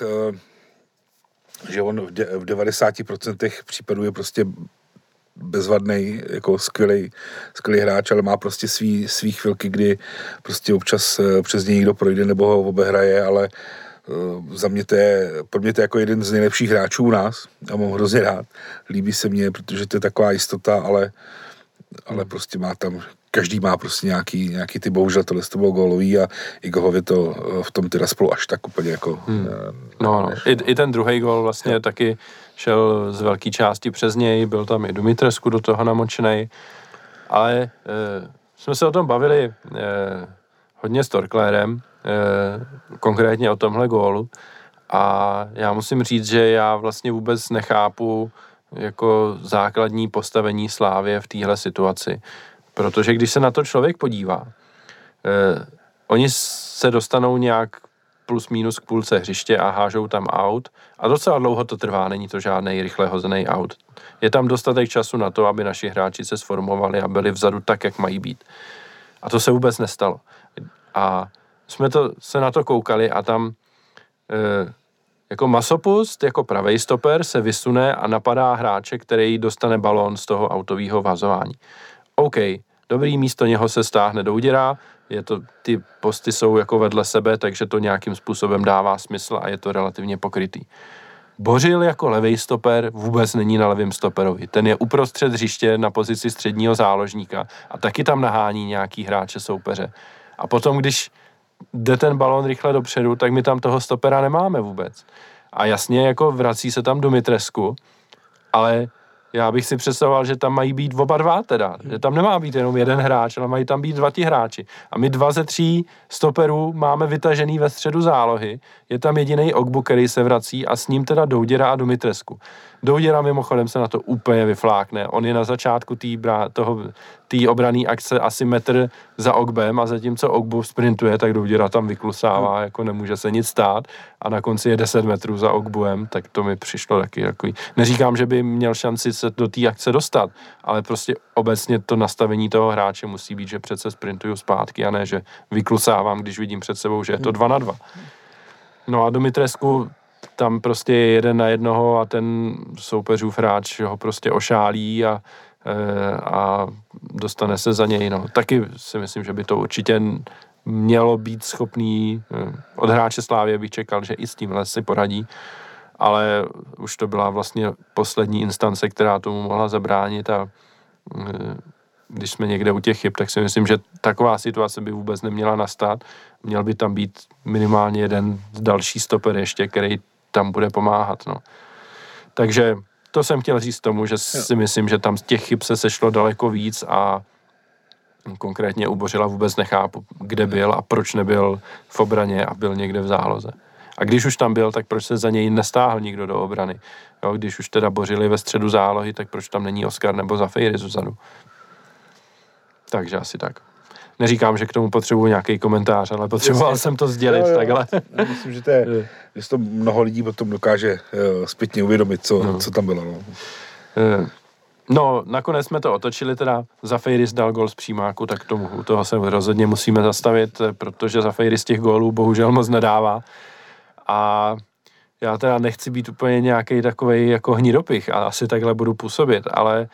že on v, de, v devadesáti procentech případů je prostě bezvadnej, jako skvělej, skvělý hráč, ale má prostě svý, svý chvilky, kdy prostě občas přes něj někdo projde nebo ho obehraje, ale za mě to je, pro mě to je jako jeden z nejlepších hráčů u nás a mám hrozně rád. Líbí se mně, protože to je taková jistota, ale, ale prostě má tam, každý má prostě nějaký, nějaký ty, bohužel tohle to bylo gólový a Igohovi to v tom teda spolu až tak úplně jako... Hmm. No, no. I, I ten druhý gól vlastně jo. taky šel z velké části přes něj, byl tam i Dumitrescu do toho namočenej, ale eh, jsme se o tom bavili eh, hodně s Torklérem, konkrétně o tomhle gólu a já musím říct, že já vlastně vůbec nechápu jako základní postavení Slávie v téhle situaci, protože když se na to člověk podívá, eh, oni se dostanou nějak plus minus k půlce hřiště a hážou tam out a docela dlouho to trvá, není to žádnej rychle hozený out. Je tam dostatek času na to, aby naši hráči se sformovali a byli vzadu tak, jak mají být. A to se vůbec nestalo. A jsme to, se na to koukali a tam e, jako Masopust, jako pravej stoper se vysune a napadá hráče, který dostane balón z toho autového vazování. OK, dobrý, místo něho se stáhne Douděra, je to, ty posty jsou jako vedle sebe, takže to nějakým způsobem dává smysl a je to relativně pokrytý. Bořil jako levej stoper vůbec není na levém stoperovi. Ten je uprostřed hřiště na pozici středního záložníka a taky tam nahání nějaký hráče soupeře. A potom, když jde ten balón rychle dopředu, tak my tam toho stopera nemáme vůbec. A jasně, jako vrací se tam Dumitrescu, ale já bych si představoval, že tam mají být oba dva teda. Že tam nemá být jenom jeden hráč, ale mají tam být dva ti hráči. A my dva ze tří stoperů máme vytažený ve středu zálohy. Je tam jediný Ogbu, který se vrací a s ním teda Douděra a Dumitrescu. Douděra mimochodem se na to úplně vyflákne. On je na začátku té té obrané akce asi metr za Ogbem a zatímco Ogbu sprintuje, tak Douděra tam vyklusává, jako nemůže se nic stát a na konci je deset metrů za Ogbuem, tak to mi přišlo taky takový. Neříkám, že by měl šanci se do té akce dostat, ale prostě obecně to nastavení toho hráče musí být, že přece sprintuju zpátky a ne, že vyklusávám, když vidím před sebou, že je to dva na dva. No a Dumitrescu tam prostě je jeden na jednoho a ten soupeřův hráč ho prostě ošálí a, a dostane se za něj. No. Taky si myslím, že by to určitě mělo být schopný, od hráče Slávie bych čekal, že i s tímhle si poradí, ale už to byla vlastně poslední instance, která tomu mohla zabránit a když jsme někde u těch chyb, tak si myslím, že taková situace by vůbec neměla nastat. Měl by tam být minimálně jeden další stoper ještě, který tam bude pomáhat. No. Takže to jsem chtěl říct tomu, že si jo. myslím, že tam z těch chyb se sešlo daleko víc a konkrétně u Bořila vůbec nechápu, kde byl a proč nebyl v obraně a byl někde v záloze. A když už tam byl, tak proč se za něj nestáhl nikdo do obrany? Jo, když už teda Bořili ve středu zálohy, tak proč tam není Oskar nebo Zafejry zozadu? Takže asi tak. Neříkám, že k tomu potřebuji nějaký komentář, ale potřeboval Jasně. jsem to sdělit jo, jo. takhle. Já myslím, že to, je, že to mnoho lidí potom dokáže uh, zpětně uvědomit, co, no. co tam bylo. No. Uh, no, nakonec jsme to otočili, teda Zafejry dal gól z přímáku, tak tomu, u toho se rozhodně musíme zastavit, protože Zafejry z těch gólů bohužel moc nedává. A já teda nechci být úplně nějaký takovej jako hnidopich a asi takhle budu působit, ale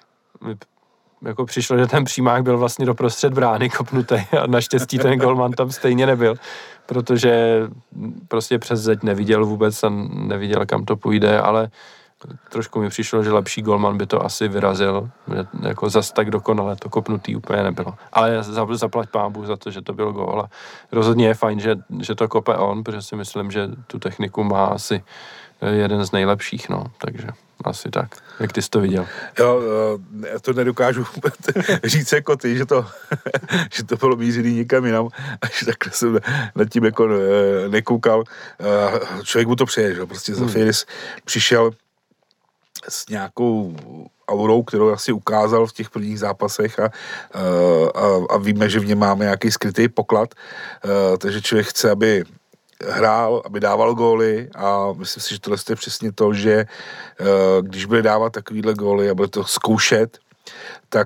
jako přišlo, že ten přímák byl vlastně doprostřed brány kopnutý a naštěstí ten golman tam stejně nebyl, protože prostě přes zeď neviděl vůbec a neviděl, kam to půjde, ale trošku mi přišlo, že lepší golman by to asi vyrazil, že jako zas tak dokonale to kopnutý úplně nebylo. Ale zaplať pámbu za to, že to byl gól a rozhodně je fajn, že, že to kope on, protože si myslím, že tu techniku má asi jeden z nejlepších, no, takže asi tak. Jak ty jsi to viděl? Jo, já to nedokážu říct jako ty, že to, že to bylo mířený někam jinam, až takhle jsem nad tím jako nekoukal. Člověk mu to přeje, že prostě hmm. Zafiris přišel s nějakou aurou, kterou asi ukázal v těch prvních zápasech a, a, a víme, že v něm máme nějaký skrytý poklad, takže člověk chce, aby hrál, aby dával góly a myslím si, že tohle je přesně to, že když bude dávat takovýhle góly a bude to zkoušet, tak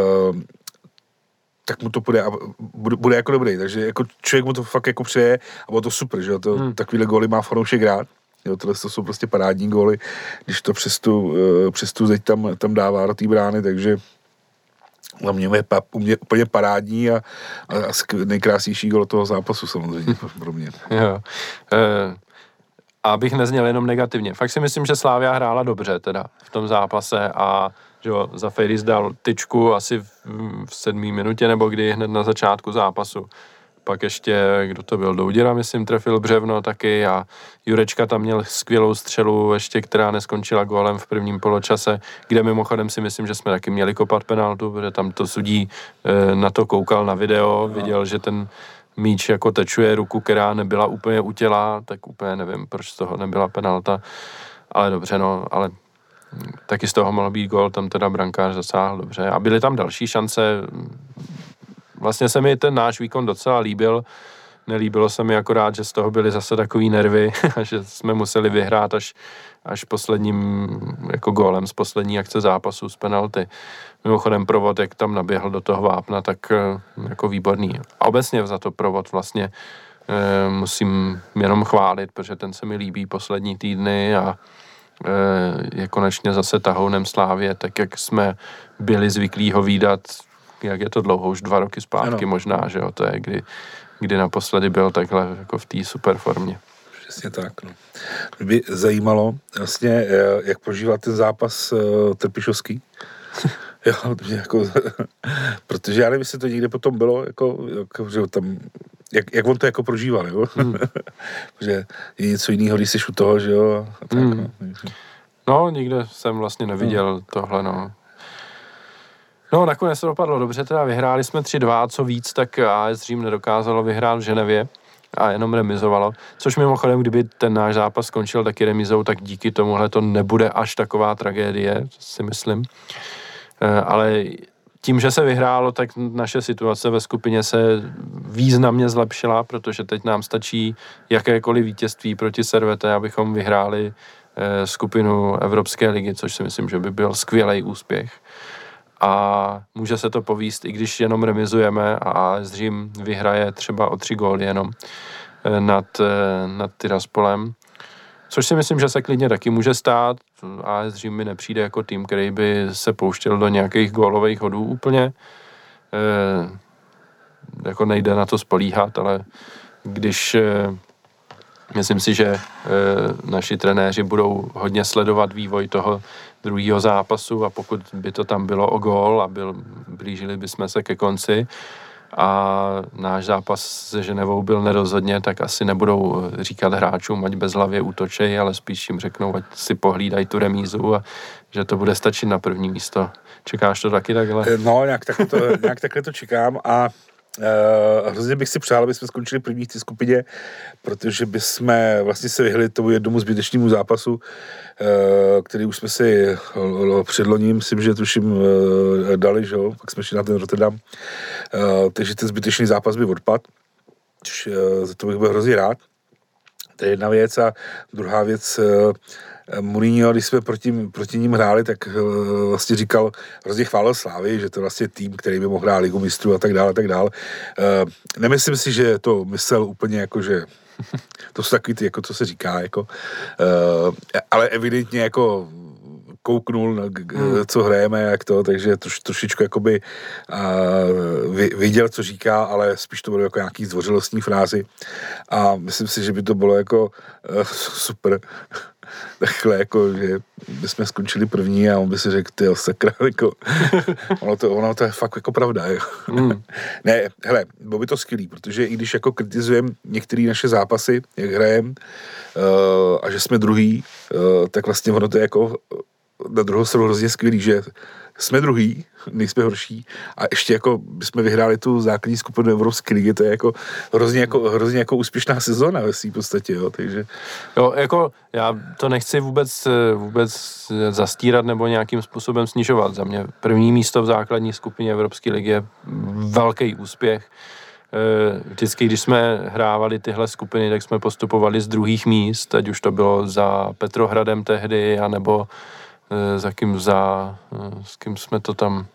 tak mu to bude, bude, bude jako dobrý, takže jako člověk mu to fakt jako přeje a bylo to super, že to, hmm. takovýhle góly má fanoušek rád. Jo, tohle to jsou prostě parádní góly, když to přes tu, přes tu zeď tam, tam dává do té brány, takže za mě je pa, mě úplně parádní a, a, a nejkrásnější gól toho zápasu samozřejmě pro mě. Jo. E, abych nezněl jenom negativně. Fakt si myslím, že Slavia hrála dobře teda v tom zápase a že jo, Zafiris dal tyčku asi v, v sedmé minutě nebo kdy hned na začátku zápasu. Pak ještě, kdo to byl, Douděra, myslím, trefil břevno taky a Jurečka tam měl skvělou střelu ještě, která neskončila gólem v prvním poločase, kde mimochodem si myslím, že jsme taky měli kopat penaltu, protože tam to sudí e, na to koukal na video, no. Viděl, že ten míč jako tečuje ruku, která nebyla úplně u těla, tak úplně nevím, proč z toho nebyla penalta, ale dobře, no, ale taky z toho mohl být gól, tam teda brankář zasáhl dobře a byly tam další šance. Vlastně se mi ten náš výkon docela líbil. Nelíbilo se mi akorát, že z toho byly zase takový nervy a že jsme museli vyhrát až, až posledním jako gólem z poslední akce zápasu z penalty. Mimochodem Provod, jak tam naběhl do toho vápna, tak jako výborný. A obecně za to Provod vlastně e, musím jenom chválit, protože ten se mi líbí poslední týdny a e, je konečně zase tahounem Slávě, tak jak jsme byli zvyklí ho vídat, jak je to dlouho, už dva roky zpátky ano. Možná, že jo, to je, kdy, kdy naposledy byl takhle jako v té super formě. Přesně tak, no. Mě by zajímalo vlastně, jak prožíval ten zápas uh, Trpišovský. Jo, jako, protože já nevím, jestli to někde potom bylo, jako, jako že tam, jak, jak on to jako prožíval, jo. Hmm. Že je něco jiného, když jsi u toho, že jo. A tak, hmm. no. no, nikde jsem vlastně neviděl hmm. tohle, no. No, nakonec to dopadlo dobře, teda vyhráli jsme tři dva, co víc, tak á es Řím nedokázalo vyhrát v Ženevě a jenom remizovalo, což mimochodem, kdyby ten náš zápas skončil taky remizou, tak díky tomuhle to nebude až taková tragédie, si myslím. E, ale tím, že se vyhrálo, tak naše situace ve skupině se významně zlepšila, protože teď nám stačí jakékoliv vítězství proti Servette, abychom vyhráli e, skupinu Evropské ligy, což si myslím, že by byl skvělý úspěch. A může se to povíst, i když jenom remizujeme a á es Řím vyhraje třeba o tři góly jenom nad, nad Tiraspolem. Což si myslím, že se klidně taky může stát. á es Řím mi nepřijde jako tým, který by se pouštěl do nějakých gólových hodů úplně. E, jako nejde na to spolíhat, ale když... E, myslím si, že e, naši trenéři budou hodně sledovat vývoj toho druhého zápasu a pokud by to tam bylo o gól a byl, blížili bychom se ke konci a náš zápas se Ženevou byl nerozhodně, tak asi nebudou říkat hráčům, ať bezhlavě útočej, ale spíš jim řeknou, ať si pohlídají tu remízu a že to bude stačit na první místo. Čekáš to taky takhle? No, nějak takhle to, nějak takhle to čekám a Uh, hrozně bych si přál, aby jsme skončili první v té skupině, protože bychom vlastně se vyhli tomu jednomu zbytečnému zápasu, uh, který už jsme si uh, předloním, myslím, že tuším uh, dali, že jo, pak jsme šli na ten Rotterdam, uh, takže ten zbytečný zápas by odpadl, což uh, za to bych byl hrozně rád. To je jedna věc a druhá věc, uh, Mourinho, když jsme proti, proti ním hráli, tak uh, vlastně říkal, hrozně chválil Slávy, že to je vlastně tým, který by mohl hrát Ligu mistrů a tak dále, a tak dále. Uh, nemyslím si, že to myslel úplně jako, že to jsou takový ty, jako co se říká, jako, uh, ale evidentně jako kouknul, co hrajeme, jak to, takže troš, trošičku jakoby uh, viděl, co říká, ale spíš to bylo jako nějaký zdvořilostní frázy a myslím si, že by to bylo jako uh, super takhle, jako, že bychom skončili první a on by si řekl, tyjo, sakra, jako, ono, to, ono to je fakt jako pravda, jo. Mm. Ne, hele, bylo by to skvělý, protože i když jako kritizujeme některé naše zápasy, jak hrajeme, uh, a že jsme druhý, uh, tak vlastně ono to je jako na druhou stranu hrozně skvělý, že jsme druhý, nejsme horší a ještě jako bychom vyhráli tu základní skupinu Evropské ligy, to je jako hrozně jako, hrozně jako úspěšná sezóna ve svým podstatě, jo, takže... Jo, jako já to nechci vůbec, vůbec zastírat nebo nějakým způsobem snižovat. Za mě první místo v základní skupině Evropské ligy je velký úspěch. Vždycky, když jsme hrávali tyhle skupiny, tak jsme postupovali z druhých míst, ať už to bylo za Petrohradem tehdy, anebo za kým za, s kým jsme to tam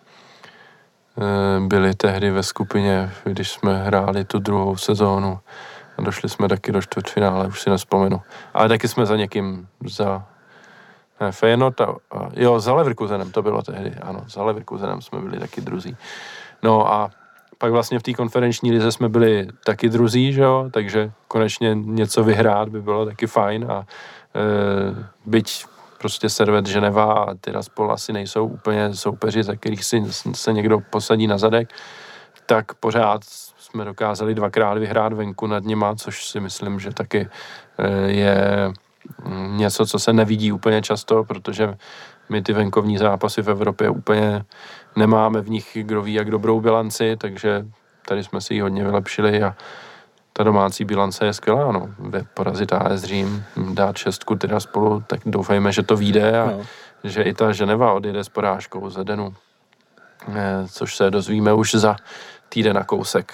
byli tehdy ve skupině, když jsme hráli tu druhou sezónu a došli jsme taky do čtvrtfinále, už si nespomenu. Ale taky jsme za někým, za ne, Feyenoord a, a jo, za Leverkusenem to bylo tehdy, ano, za Leverkusenem jsme byli taky druzí. No a pak vlastně v té konferenční lize jsme byli taky druzí, že jo, takže konečně něco vyhrát by bylo taky fajn a e, byť prostě Servet Ženeva a Tiraspol asi nejsou úplně soupeři, za kterých si se někdo posadí na zadek, tak pořád jsme dokázali dvakrát vyhrát venku nad nima, což si myslím, že taky je něco, co se nevidí úplně často, protože my ty venkovní zápasy v Evropě úplně nemáme v nich kdo ví jak dobrou bilanci, takže tady jsme si ji hodně vylepšili a ta domácí bilance je skvělá, no. Porazit A S Řím, dát šestku teda spolu, tak doufejme, že to vyjde a no. Že i ta Ženeva odjede s porážkou z Edenu, což se dozvíme už za týden na kousek.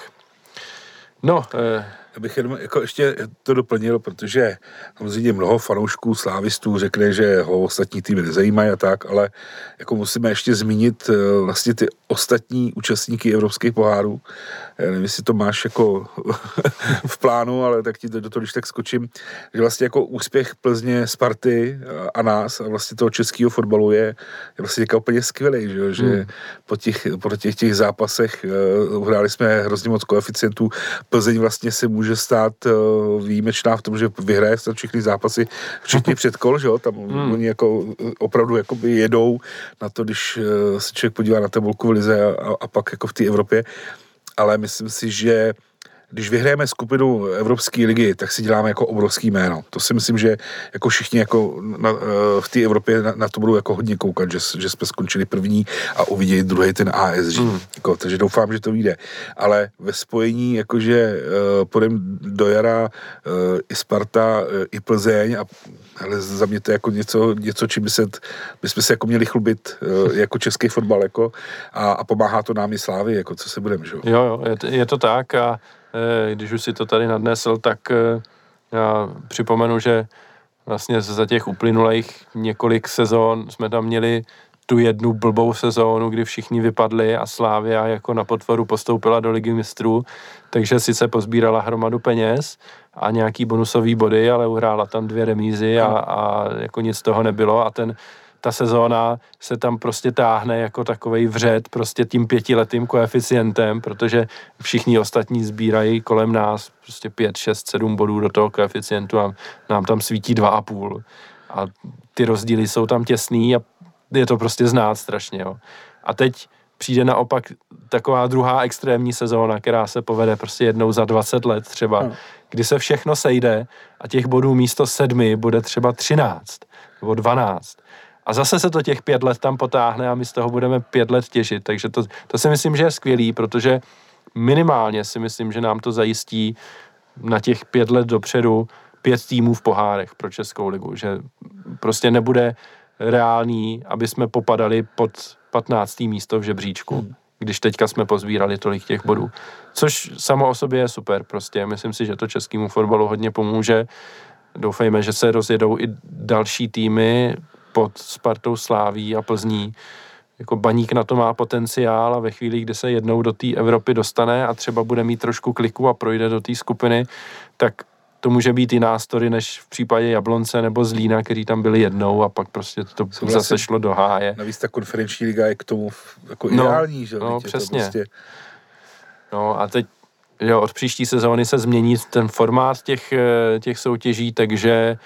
No, eh, Já bych jenom jako ještě to doplnil, protože samozřejmě mnoho fanoušků, slávistů řekne, že ho ostatní týmy nezajímají a tak, ale jako musíme ještě zmínit vlastně ty ostatní účastníky evropských pohárů. Já nevím, jestli to máš jako v plánu, ale tak ti do toho, když tak skočím, že vlastně jako úspěch Plzně, Sparty a nás a vlastně toho českého fotbalu je, je vlastně jako úplně skvělý, že, že hmm. po těch, po těch, těch zápasech uh, hráli jsme hrozně moc koeficientů. Plzeň vlastně se může může stát uh, výjimečná v tom, že vyhraje tam všechny zápasy, včetně předkol, že jo, tam hmm. oni jako opravdu jakoby jedou na to, když uh, se člověk podívá na tabulku v lize a, a pak jako v té Evropě, ale myslím si, že když vyhrajeme skupinu Evropské ligy, tak si děláme jako obrovský jméno. To si myslím, že jako všichni jako na, v té Evropě na, na to budou jako hodně koukat, že, že jsme skončili první a uvidějí druhý ten A S Řím. Mm. Jako, takže doufám, že to vyjde. Ale ve spojení, jakože uh, půjdem do jara uh, i Sparta, uh, i Plzeň, a, ale za mě to je jako něco, něco čím by se, bychom se jako měli chlubit uh, jako český fotbal, jako, a, a pomáhá to nám i Slávy, jako co se budeme, že jo? Jo, jo, je to, je to tak a když už si to tady nadnesl, tak já připomenu, že vlastně za těch uplynulých několik sezón jsme tam měli tu jednu blbou sezónu, kdy všichni vypadli a Slavia jako na potvoru postoupila do Ligy mistrů, takže sice pozbírala hromadu peněz a nějaký bonusový body, ale uhrála tam dvě remízy a, a jako nic z toho nebylo a ten ta sezóna se tam prostě táhne jako takovej vřet prostě tím pětiletým koeficientem, protože všichni ostatní sbírají kolem nás prostě pět, šest, sedm bodů do toho koeficientu a nám tam svítí dva a půl. A ty rozdíly jsou tam těsný a je to prostě znát strašně, jo. A teď přijde naopak taková druhá extrémní sezóna, která se povede prostě jednou za dvacet let třeba, hmm. kdy se všechno sejde a těch bodů místo sedmi bude třeba třináct nebo dvanáct. A zase se to těch pět let tam potáhne a my z toho budeme pět let těžit. Takže to, to si myslím, že je skvělý, protože minimálně si myslím, že nám to zajistí na těch pět let dopředu pět týmů v pohárech pro Českou ligu. Že prostě nebude reálný, aby jsme popadali pod patnácté místo v žebříčku, hmm. když teďka jsme pozbírali tolik těch bodů. Což samo o sobě je super prostě. Myslím si, že to českému fotbalu hodně pomůže. Doufejme, že se rozjedou i další týmy pod Spartou, Sláví a Plzní. Jako Baník na to má potenciál a ve chvíli, kdy se jednou do té Evropy dostane a třeba bude mít trošku kliku a projde do té skupiny, tak to může být jiná story, než v případě Jablonce nebo Zlína, který tam byli jednou a pak prostě to Jsou zase vlastně, šlo do háje. Navíc ta konferenční liga je k tomu jako ideální, no, že? No, přesně. To prostě... No a teď jo, od příští sezóny se změní ten formát těch, těch soutěží, takže e,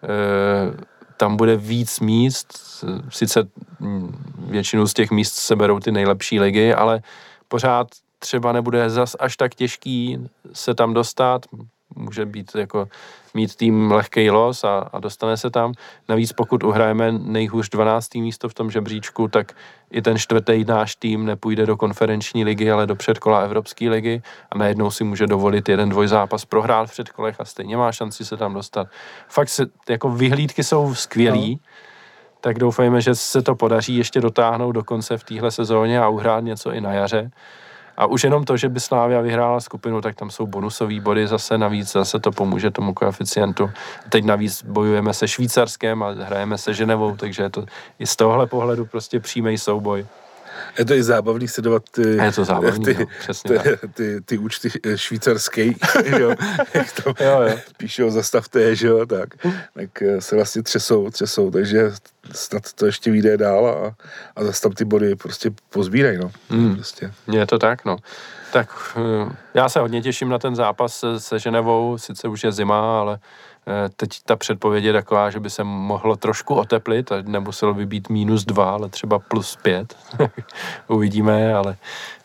tam bude víc míst, sice většinu z těch míst seberou ty nejlepší ligy, ale pořád třeba nebude zas až tak těžký se tam dostat, může být jako mít tým lehkej los a, a dostane se tam. Navíc pokud uhrajeme nejhůř dvanácté místo v tom žebříčku, tak i ten čtvrtý náš tým nepůjde do konferenční ligy, ale do předkola Evropské ligy a najednou si může dovolit jeden dvojzápas prohrát v předkolech a stejně má šanci se tam dostat. Fakt se, jako vyhlídky jsou skvělý, no. Tak doufejme, že se to podaří ještě dotáhnout do konce v téhle sezóně a uhrát něco i na jaře. A už jenom to, že by Slavia vyhrála skupinu, tak tam jsou bonusové body zase navíc, zase to pomůže tomu koeficientu. Teď navíc bojujeme se Švýcarskem a hrajeme se Ženevou, takže je to i z tohohle pohledu prostě přímý souboj. Je to i zábavný sledovat ty, je to zábavný, ty, no, přesně ty, ty, ty, ty účty švýcarské, jo, jak tam jo, jo. píšou zastavte, že jo, tak, tak se vlastně třesou, třesou, takže snad to ještě vyjde dál a, a zase tam ty body prostě pozbírají, no. Mm. Prostě. Je to tak, no. Tak já se hodně těším na ten zápas se, se Ženevou, sice už je zima, ale teď ta předpověď je taková, že by se mohlo trošku oteplit a nemuselo by být minus dva, ale třeba plus pět. Uvidíme, ale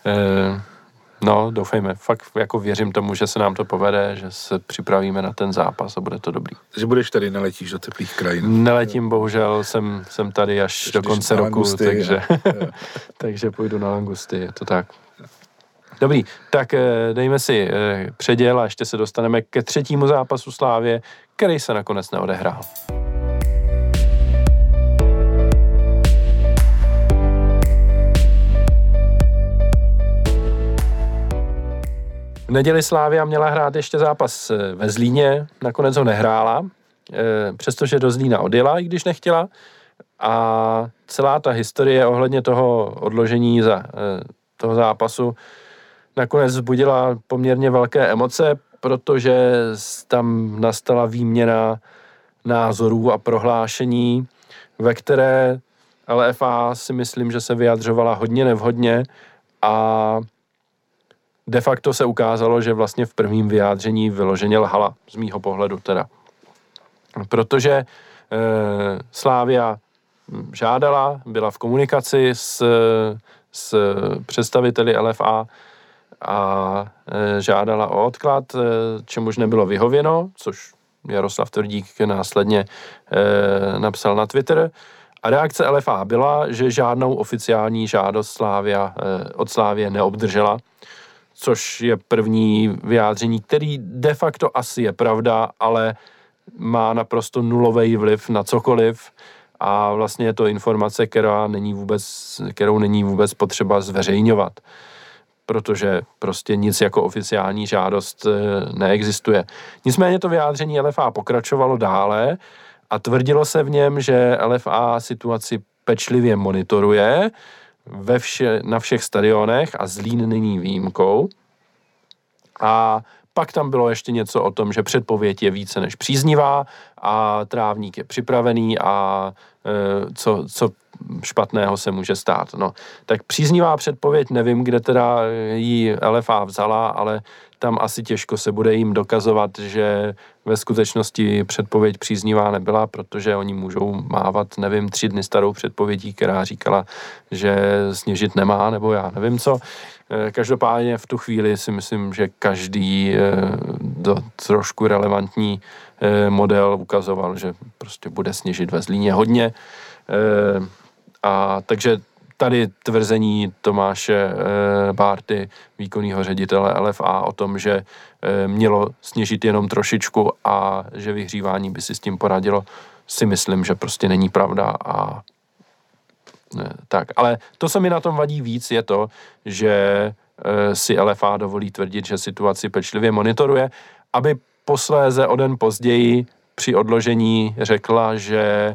no, doufejme. Fakt jako věřím tomu, že se nám to povede, že se připravíme na ten zápas a bude to dobrý. Takže budeš tady, neletíš do teplých krajin? Neletím, bohužel, jsem, jsem tady až Když do konce roku, langusty, takže, takže půjdu na langusty, je to tak. Dobrý, tak dejme si předěl a ještě se dostaneme ke třetímu zápasu Slávie, který se nakonec neodehrál. V neděli Slavia měla hrát ještě zápas ve Zlíně, nakonec ho nehrála, přestože do Zlína odjela, i když nechtěla. A celá ta historie ohledně toho odložení za toho zápasu nakonec vzbudila poměrně velké emoce, protože tam nastala výměna názorů a prohlášení, ve které L F A si myslím, že se vyjadřovala hodně nevhodně a de facto se ukázalo, že vlastně v prvním vyjádření vyloženě lhala, z mýho pohledu teda. Protože e, Slavia žádala, byla v komunikaci s, s představiteli L F A a e, žádala o odklad, e, čemuž nebylo vyhověno, což Jaroslav Tvrdík následně e, napsal na Twitter. A reakce L F A byla, že žádnou oficiální žádost Slavia, e, od Slavie neobdržela, což je první vyjádření, který de facto asi je pravda, ale má naprosto nulový vliv na cokoliv a vlastně je to informace, která není vůbec, kterou není vůbec potřeba zveřejňovat, protože prostě nic jako oficiální žádost neexistuje. Nicméně to vyjádření L F A pokračovalo dále a tvrdilo se v něm, že L F A situaci pečlivě monitoruje ve vše, na všech stadionech a Zlín není výjimkou. A pak tam bylo ještě něco o tom, že předpověď je více než příznivá a trávník je připravený a e, co, co špatného se může stát. No, tak příznivá předpověď, nevím, kde teda jí L F A vzala, ale tam asi těžko se bude jim dokazovat, že ve skutečnosti předpověď příznivá nebyla, protože oni můžou mávat, nevím, tři dny starou předpovědí, která říkala, že sněžit nemá, nebo já nevím co. Každopádně v tu chvíli si myslím, že každý do trošku relevantní model ukazoval, že prostě bude sněžit ve Zlíně hodně. A takže tady tvrzení Tomáše Bárty, výkonného ředitele L F A, o tom, že mělo sněžit jenom trošičku a že vyhřívání by si s tím poradilo, si myslím, že prostě není pravda a ne, tak. Ale to, co mi na tom vadí víc, je to, že si L F A dovolí tvrdit, že situaci pečlivě monitoruje, aby posléze o den později při odložení řekla, že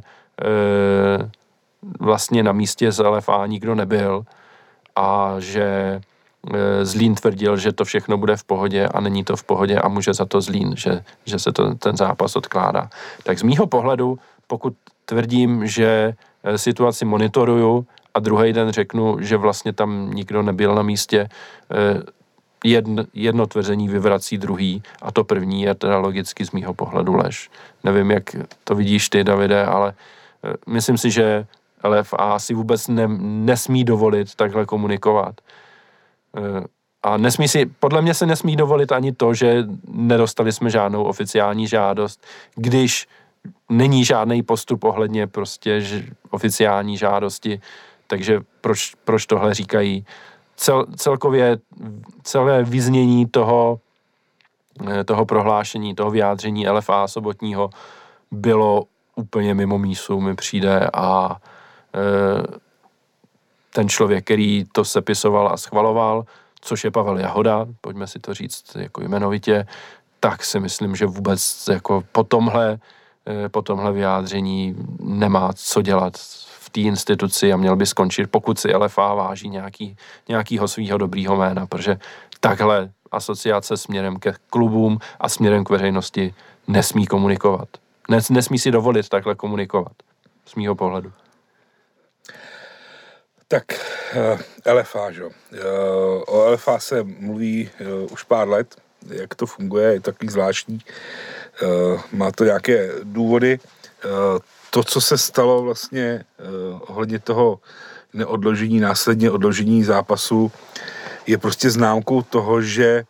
vlastně na místě z L F A nikdo nebyl a že Zlín tvrdil, že to všechno bude v pohodě a není to v pohodě a může za to Zlín, že, že se to, ten zápas odkládá. Tak z mýho pohledu, pokud tvrdím, že situaci monitoruju a druhý den řeknu, že vlastně tam nikdo nebyl na místě, jedno, jedno tvrzení vyvrací druhý a to první je teda logicky z mýho pohledu lež. Nevím, jak to vidíš ty, Davide, ale myslím si, že L F A si vůbec ne, nesmí dovolit takhle komunikovat. A nesmí si, podle mě se nesmí dovolit ani to, že nedostali jsme žádnou oficiální žádost, když není žádný postup ohledně prostě ž, oficiální žádosti, takže proč, proč tohle říkají? Cel, celkově celé vyznění toho, toho prohlášení, toho vyjádření L F A sobotního bylo úplně mimo mísu, mi přijde a e, ten člověk, který to sepisoval a schvaloval, což je Pavel Jahoda, pojďme si to říct jako jmenovitě, tak si myslím, že vůbec jako po tomhle, po tomhle vyjádření nemá co dělat v té instituci a měl by skončit, pokud si L F A váží nějaký, nějakýho svýho dobrýho jména, protože takhle asociace směrem ke klubům a směrem k veřejnosti nesmí komunikovat. Nes, nesmí si dovolit takhle komunikovat, z mýho pohledu. Tak L F A, že? O L F A se mluví už pár let, jak to funguje, je takový zvláštní, má to nějaké důvody. To, co se stalo vlastně ohledně toho neodložení, následně odložení zápasu, je prostě známkou toho, že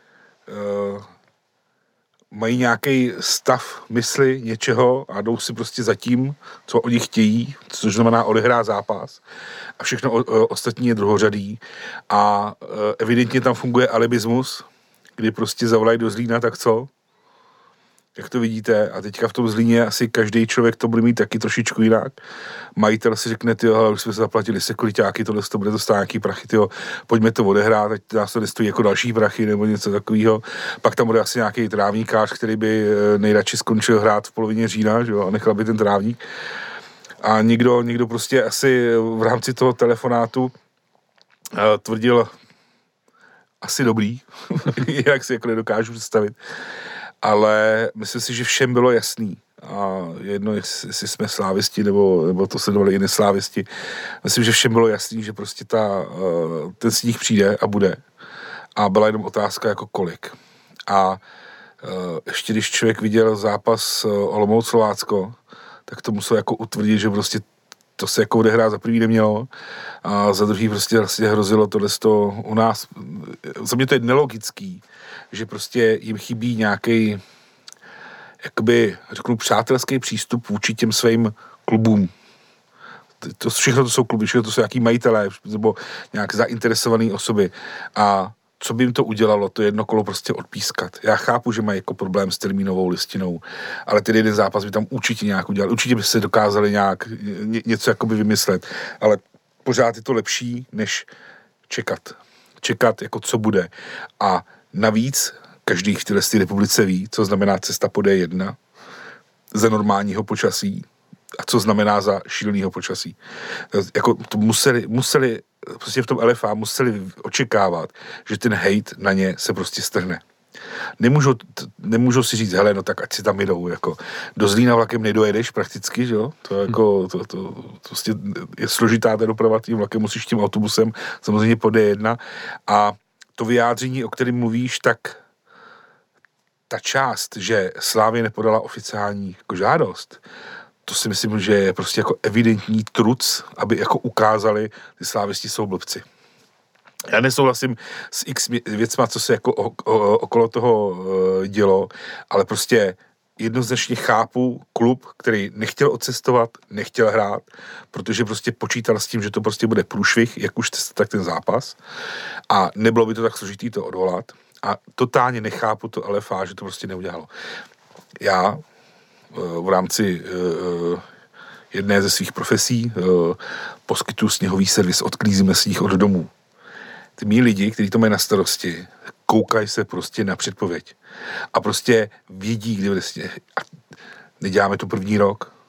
mají nějaký stav mysli něčeho a jdou si prostě za tím, co oni chtějí, což znamená odehrát zápas a všechno o, o, ostatní je druhořadý a e, evidentně tam funguje alibismus, kdy prostě zavolají do Zlína, tak co? Jak to vidíte? A teďka v tom Zlíně asi každý člověk to bude mít taky trošičku jinak. Majitel si řekne, tyjo, už jsme se zaplatili sekuritáky, tohle to bude to stát nějaký prachy, tyjo, pojďme to odehrát, ať nás to nestojí jako další prachy nebo něco takového. Pak tam bude asi nějaký trávníkář, který by nejradši skončil hrát v polovině října, že jo, a nechal by ten trávník. A někdo, někdo prostě asi v rámci toho telefonátu uh, tvrdil asi dobrý, jak si jako nedokážu představit. Ale myslím si, že všem bylo jasný. A jedno, jestli jsme slávisti, nebo, nebo to sledovali i neslávisti. Myslím, že všem bylo jasný, že prostě ta, ten sníh přijde a bude. A byla jenom otázka jako kolik. A ještě když člověk viděl zápas Olomouc-Slovácko, tak to musel jako utvrdit, že prostě to se jako odehrát za první nemělo a za druhý prostě vlastně hrozilo tohle u nás. Za mě to je nelogický, že prostě jim chybí nějaký, jakoby, řeknu, přátelský přístup vůči těm svým klubům. To, všechno to jsou kluby, všechno to jsou nějaký majitelé nebo nějak zainteresované osoby. A co by jim to udělalo, to jedno kolo prostě odpískat. Já chápu, že mají jako problém s termínovou listinou, ale ten jeden zápas by tam určitě nějak udělal. Určitě by se dokázali nějak ně, něco jakoby vymyslet, ale pořád je to lepší, než čekat. Čekat, jako co bude. A navíc každý v této republice ví, co znamená cesta po D jedna za normálního počasí a co znamená za šílenýho počasí. Jako to museli, museli prostě v tom L F A museli očekávat, že ten hejt na ně se prostě strhne. Nemůžou, nemůžou si říct, hele, no tak ať si tam jedou, jako do Zlína vlakem nedojedeš prakticky, že jo, to jako, to, to, to prostě je složitá ta doprava tím vlakem, musíš tím autobusem, samozřejmě po D jedna a to vyjádření, o kterém mluvíš, tak ta část, že Slávě nepodala oficiální jako žádost, to si myslím, že je prostě jako evidentní truc, aby jako ukázali, ty slávisti jsou blbci. Já nesouhlasím s x věcma, co se jako o, o, okolo toho uh, dělo, ale prostě jednoznačně chápu klub, který nechtěl odcestovat, nechtěl hrát, protože prostě počítal s tím, že to prostě bude průšvih, jak už tak ten zápas a nebylo by to tak složitý to odvolat a totálně nechápu to L F A, že to prostě neudělalo. Já v rámci uh, jedné ze svých profesí uh, poskytuju sněhový servis, odklízíme sníh od domů. Ty mý lidi, kteří to mají na starosti, koukají se prostě na předpověď. A prostě vědí, kdy bude sněh. A neděláme to první rok.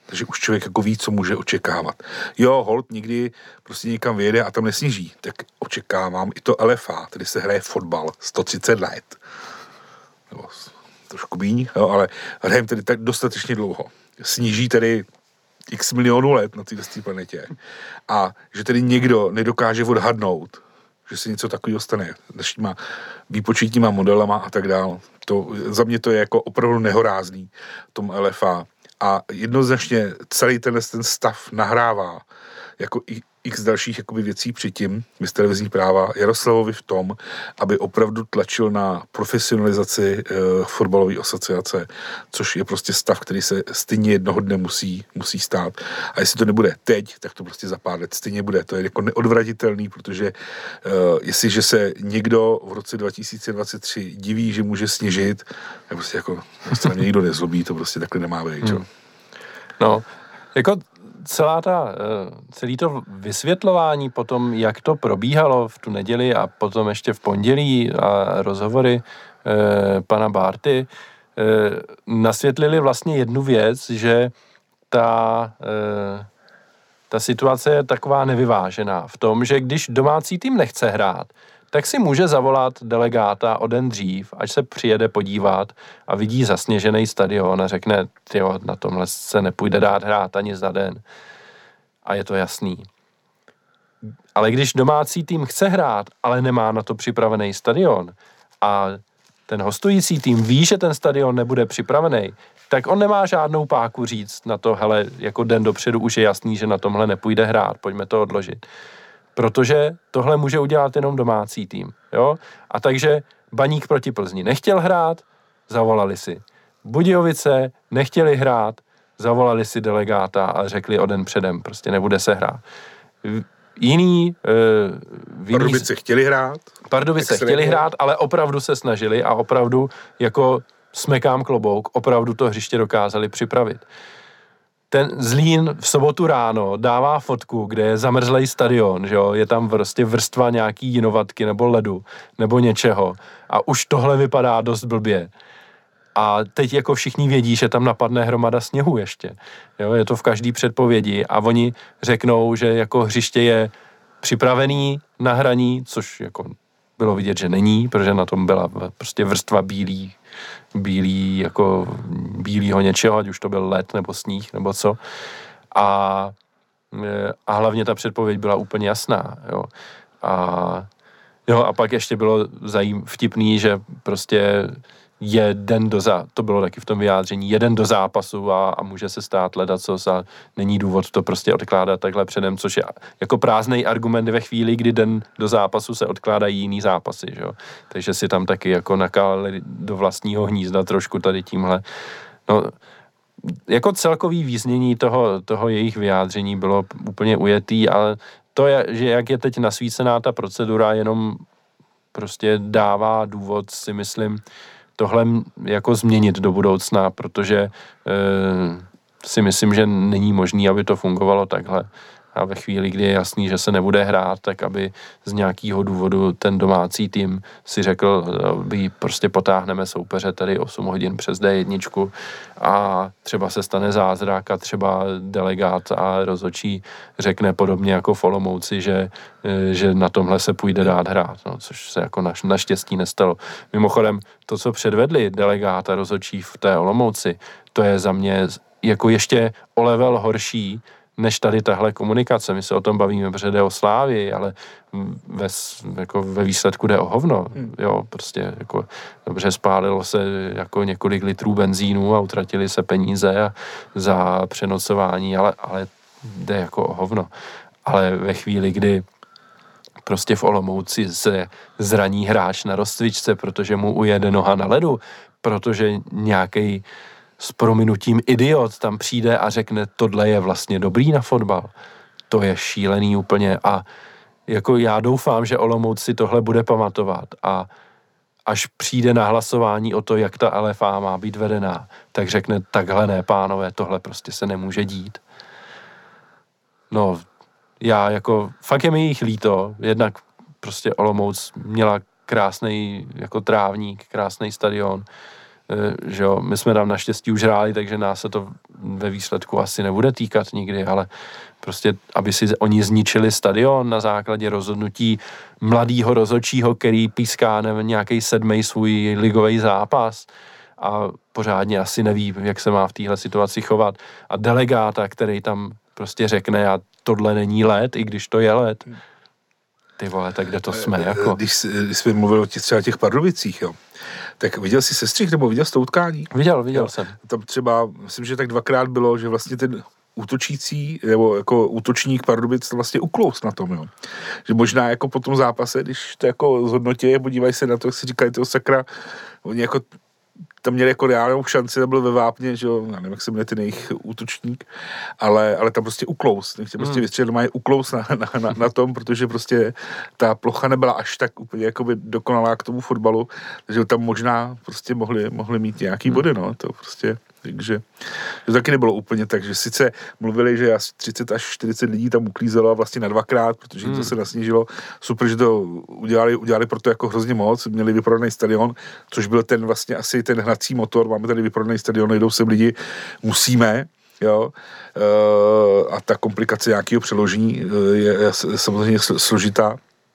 Takže už člověk jako ví, co může očekávat. Jo, holt někdy prostě někam vyjede a tam nesněží, tak očekávám i to L F A, tedy se hraje fotbal sto třicet let. Nebo trošku míň, jo, ale hrajeme tedy tak dostatečně dlouho. Sníží tedy x milionů let na této planetě. A že tedy někdo nedokáže odhadnout, že se něco takového stane dnešníma výpočetníma modelama a tak dále. To, za mě to je jako opravdu nehorázný tom L F A. A jednoznačně celý tenhle ten stav nahrává jako i x dalších jakoby věcí předtím, z televizní práva, Jaroslavovi v tom, aby opravdu tlačil na profesionalizaci e, fotbalové asociace, což je prostě stav, který se stejně jednoho dne musí, musí stát. A jestli to nebude teď, tak to prostě za pár let stejně bude. To je jako neodvratitelný, protože e, jestliže se někdo v roce dva tisíce dvacet tři diví, že může sněžit, tak prostě jako se na mě nikdo nezlobí, to prostě takhle nemá být. Hmm. No, jako celá ta, celý to vysvětlování potom, jak to probíhalo v tu neděli a potom ještě v pondělí a rozhovory eh, pana Bárty eh, nasvětlili vlastně jednu věc, že ta, eh, ta situace je taková nevyvážená v tom, že když domácí tým nechce hrát, tak si může zavolat delegáta o den dřív, až se přijede podívat a vidí zasněžený stadion a řekne, tyjo, na tomhle se nepůjde dát hrát ani za den. A je to jasný. Ale když domácí tým chce hrát, ale nemá na to připravený stadion a ten hostující tým ví, že ten stadion nebude připravený, tak on nemá žádnou páku říct na to, hele, jako den dopředu už je jasný, že na tomhle nepůjde hrát, pojďme to odložit. Protože tohle může udělat jenom domácí tým. Jo? A takže Baník proti Plzni nechtěl hrát, zavolali si. Budějovice nechtěli hrát, zavolali si delegáta a řekli o den předem, prostě nebude se hrát. Jiný... Uh, Pardubice chtěli hrát. Pardubice chtěli hrát, ale opravdu se snažili a opravdu jako smekám klobouk, opravdu to hřiště dokázali připravit. Ten Zlín v sobotu ráno dává fotku, kde je zamrzlej stadion, že jo? Je tam prostě vrstva nějaký jinovatky nebo ledu, nebo něčeho. A už tohle vypadá dost blbě. A teď jako všichni vědí, že tam napadne hromada sněhu ještě. Jo? Je to v každý předpovědi a oni řeknou, že jako hřiště je připravený na hraní, což jako bylo vidět, že není, protože na tom byla prostě vrstva bílý, bílý, jako bílýho něčeho, ať už to byl led nebo sníh nebo co. A, a hlavně ta předpověď byla úplně jasná. Jo. A, jo, a pak ještě bylo zajím, vtipný, že prostě je den do zá... to bylo taky v tom vyjádření, jeden do zápasu a, a může se stát ledacos a není důvod to prostě odkládat takhle předem, což je jako prázdnej argument ve chvíli, kdy den do zápasu se odkládají jiný zápasy, že jo. Takže si tam taky jako nakáleli do vlastního hnízda trošku tady tímhle. No, jako celkový význění toho, toho jejich vyjádření bylo úplně ujetý, ale to je, že jak je teď nasvícená ta procedura, jenom prostě dává důvod, si myslím, tohle jako změnit do budoucna, protože e, si myslím, že není možný, aby to fungovalo takhle. A ve chvíli, kdy je jasný, že se nebude hrát, tak aby z nějakého důvodu ten domácí tým si řekl, by prostě potáhneme soupeře tady osm hodin přes dé jedna a třeba se stane zázrak a třeba delegát a rozhodčí řekne podobně jako v Olomouci, že, že na tomhle se půjde dát hrát, no, což se jako naš, naštěstí nestalo. Mimochodem, to, co předvedli delegát a rozhodčí v té Olomouci, to je za mě jako ještě o level horší, než tady tahle komunikace. My se o tom bavíme, protože jde o Slávii, ale ve, jako ve výsledku jde o hovno. Jo, prostě jako dobře spálilo se jako několik litrů benzínu a utratili se peníze a za přenocování, ale, ale jde jako o hovno. Ale ve chvíli, kdy prostě v Olomouci se zraní hráč na rozcvičce, protože mu ujede noha na ledu, protože nějaký s prominutím idiot tam přijde a řekne, tohle je vlastně dobrý na fotbal. To je šílený úplně a jako já doufám, že Olomouc si tohle bude pamatovat a až přijde na hlasování o to, jak ta L F A má být vedená, tak řekne, takhle ne, pánové, tohle prostě se nemůže dít. No, já jako, fakt je mi jich líto, jednak prostě Olomouc měla krásný jako trávník, krásný stadion, že jo, my jsme tam naštěstí už hráli, takže nás se to ve výsledku asi nebude týkat nikdy, ale prostě, aby si oni zničili stadion na základě rozhodnutí mladýho rozhodčího, který píská nějaký sedmý svůj ligový zápas a pořádně asi neví, jak se má v téhle situaci chovat. A delegáta, který tam prostě řekne, a tohle není let, i když to je let. Ty vole, tak kde to jsme, jako? Když, když jsme mluvili o těch, třeba těch Pardubicích, jo, tak viděl jsi sestřih, nebo viděl jsi to utkání? Viděl, viděl jo. jsem. Tam třeba, myslím, že tak dvakrát bylo, že vlastně ten útočící, nebo jako útočník Pardubic vlastně uklous na tom, jo. Že možná jako po tom zápase, když to jako zhodnotí, podívají se na to, jak si říkají toho sakra, oni jako tam měli jako reálnou šanci, to byl ve Vápně, že jo, já nevím, jak se jmenuje ten jejich útočník, ale, ale tam prostě uklous, nechtěl prostě mm. vystřelit, mají uklous na, na, na, na tom, protože prostě ta plocha nebyla až tak úplně jakoby dokonalá k tomu fotbalu, takže tam možná prostě mohli, mohli mít nějaký mm. body, no, to prostě, takže to taky nebylo úplně tak, že sice mluvili, že asi třicet až čtyřicet lidí tam uklízelo a vlastně na dvakrát, protože jim to se nasnížilo, super, že to udělali, udělali proto jako hrozně moc, měli vyprodaný stadion, což byl ten vlastně asi ten hnací motor, máme tady vyprodaný stadion, jdou sem lidi, musíme, jo, e, a ta komplikace nějakého přeložení je, je samozřejmě složitá,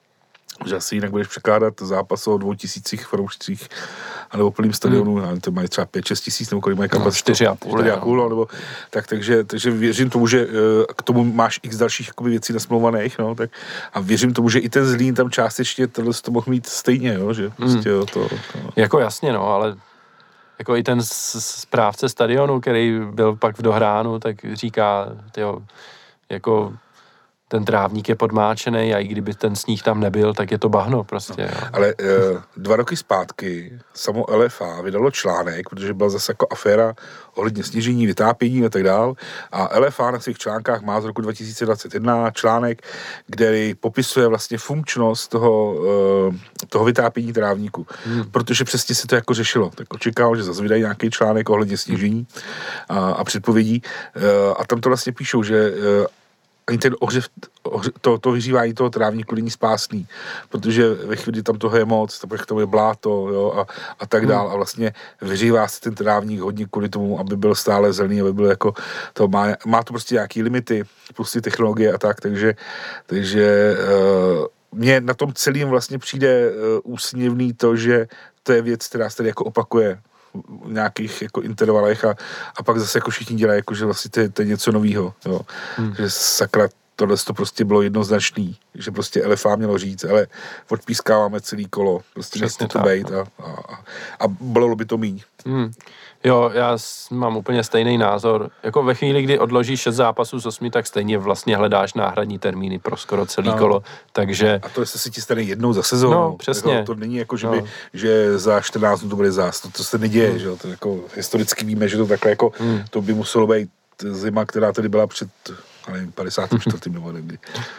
že asi jinak budeš překládat zápas o dvou tisících fanoušcích anebo plným stadionu, hmm. to mají třeba pět, šest tisíc, nebo kolik mají kapacitu. čtyři a půl, čtyři a půl, nebo tak, takže, takže věřím tomu, že k tomu máš x dalších jakoby, věcí nasmlouvaných, no, tak a věřím tomu, že i ten Zlín tam částečně tohle to mohl mít stejně, jo, že prostě hmm. to, to... Jako jasně, no, ale jako i ten správce stadionu, který byl pak v Dohránu, tak říká, tyjo, jako ten trávník je podmáčený a i kdyby ten sníh tam nebyl, tak je to bahno prostě. No, ale e, dva roky zpátky samo L F A vydalo článek, protože byla zase jako aféra ohledně sněžení, vytápění a tak dál. A L F A na svých článkách má z roku dva tisíce dvacet jedna článek, který popisuje vlastně funkčnost toho, e, toho vytápění trávníku. Hmm. Protože přesně se to jako řešilo. Tak očekával, že zase vydají nějaký článek ohledně sněžení a, a předpovědí. E, a tam to vlastně píšou, že e, ani ten ohřev, ohře, to, to vyřívání toho trávníku není spásný, protože ve chvíli tam toho je moc, tak tam je bláto, jo, a, a tak dál. A vlastně vyřívá se ten trávník hodně kvůli tomu, aby byl stále zelený, aby byl jako, to má, má to prostě nějaký limity, plus ty technologie a tak, takže, takže uh, mně na tom celým vlastně přijde uh, úsměvný to, že to je věc, která se tady jako opakuje v nějakých jako intervalech a, a pak zase jako všichni dělají, jako, že vlastně to je, to je něco novýho, jo. Hmm. Že sakra, tohle to prostě bylo jednoznačný, že prostě L F A mělo říct, ale odpískáváme celý kolo, prostě nechce to bejt a, a, a bolelo by to míň. Hmm. Jo, já mám úplně stejný názor. Jako ve chvíli, kdy odložíš šest zápasů z osmi, tak stejně vlastně hledáš náhradní termíny pro skoro celý no. kolo, takže... A to je se ti stane jednou za sezónu. No, přesně. Jako, to není jako, že, by, no. že za čtrnáct dnů to bude zás. To, to se neděje, hmm. že jo. To jako, historicky víme, že to takhle jako, hmm. to by muselo být zima, která tady byla před, nevím, padesátým čtvrtým nebo někdy.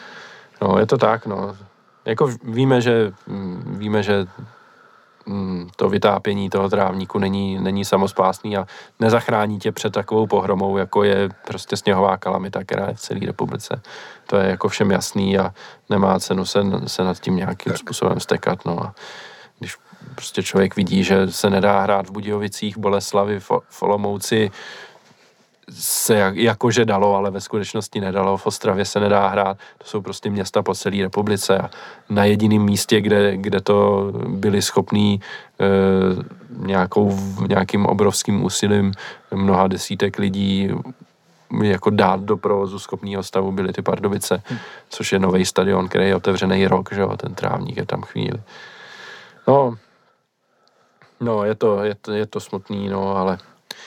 No, je to tak, no. Jako víme, že víme, že to vytápění toho trávníku není, není samospásný a nezachrání tě před takovou pohromou, jako je prostě sněhová kalamita, která je v celé republice. To je jako všem jasný a nemá cenu se, se nad tím nějakým tak. způsobem stekat. No. A když prostě člověk vidí, že se nedá hrát v Budějovicích, Boleslavi, v Olomouci, se jak, jakože dalo, ale ve skutečnosti nedalo. V Ostravě se nedá hrát. To jsou prostě města po celé republice a na jediném místě, kde, kde to byli schopní e, nějakou, nějakým obrovským úsilím mnoha desítek lidí jako dát do provozu schopného stavu, byly ty Pardubice, hmm. což je nový stadion, který je otevřený rok, že jo, ten trávník je tam chvíli. No, no je to, je to, je to smutný, no, ale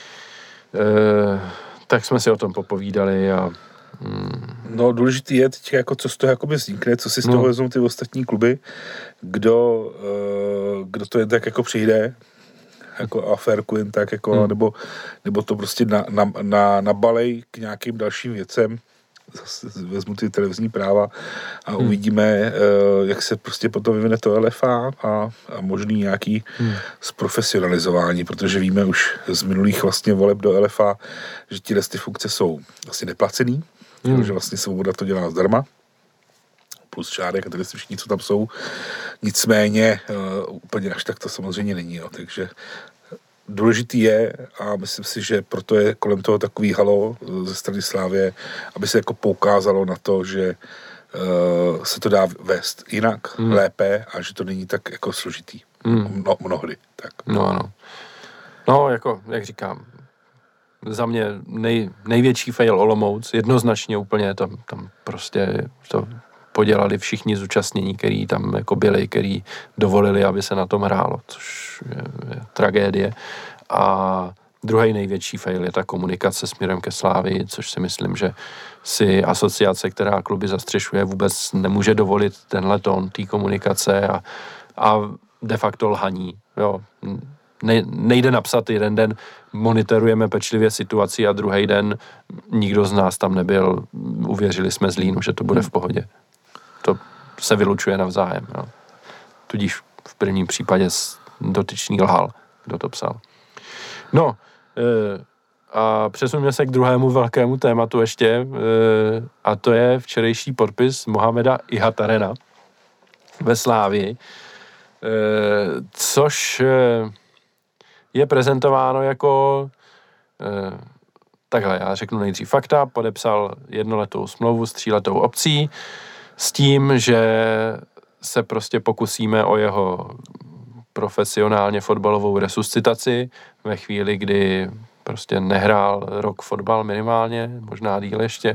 e, tak jsme si o tom popovídali a... Hmm. No důležitý je teď, jako, co z toho jakoby vznikne, co si z toho no. vezmou ty ostatní kluby, kdo, uh, kdo to jen tak jako přijde, jako aférku jen tak, jako, hmm. nebo, nebo to prostě na, na, na, nabalej k nějakým dalším věcem, zase vezmu ty televizní práva a hmm. uvidíme, uh, jak se prostě potom vyvine to L F A a, a možný nějaký hmm. zprofesionalizování, protože víme už z minulých vlastně voleb do L F A, že tyhle ty funkce jsou asi neplacený, hmm. protože vlastně Svoboda to dělá zdarma, plus Šádek a tady si všichni, co tam jsou. Nicméně uh, úplně až tak to samozřejmě není, jo, takže důležitý je, a myslím si, že proto je kolem toho takový halo ze strany Slávie, aby se jako poukázalo na to, že uh, se to dá vést jinak, hmm. lépe a že to není tak jako složitý. Hmm. No, mnohdy. Tak. No ano. No, jako, jak říkám, za mě nej, největší fail Olomouc, jednoznačně úplně, tam, tam prostě to podělali všichni zúčastnění, který tam jako byli, který dovolili, aby se na tom hrálo, což je, je tragédie. A druhý největší fail je ta komunikace směrem ke Slávii, což si myslím, že si asociace, která kluby zastřešuje, vůbec nemůže dovolit tenhle tón té komunikace a, a de facto lhaní. Jo. Ne, nejde napsat jeden den, monitorujeme pečlivě situaci a druhý den nikdo z nás tam nebyl, uvěřili jsme Zlínu, že to bude v pohodě. To se vylučuje navzájem. Jo. Tudíž v prvním případě dotyčný lhal, kdo to psal. No, e, a přesuneme se k druhému velkému tématu ještě, e, a to je včerejší podpis Mohameda Ihatarena ve Slávii, e, což je prezentováno jako e, takhle, já řeknu nejdřív fakta, podepsal jednoletou smlouvu s tříletou opcí s tím, že se prostě pokusíme o jeho profesionálně fotbalovou resuscitaci ve chvíli, kdy prostě nehrál rok fotbal minimálně, možná díl ještě,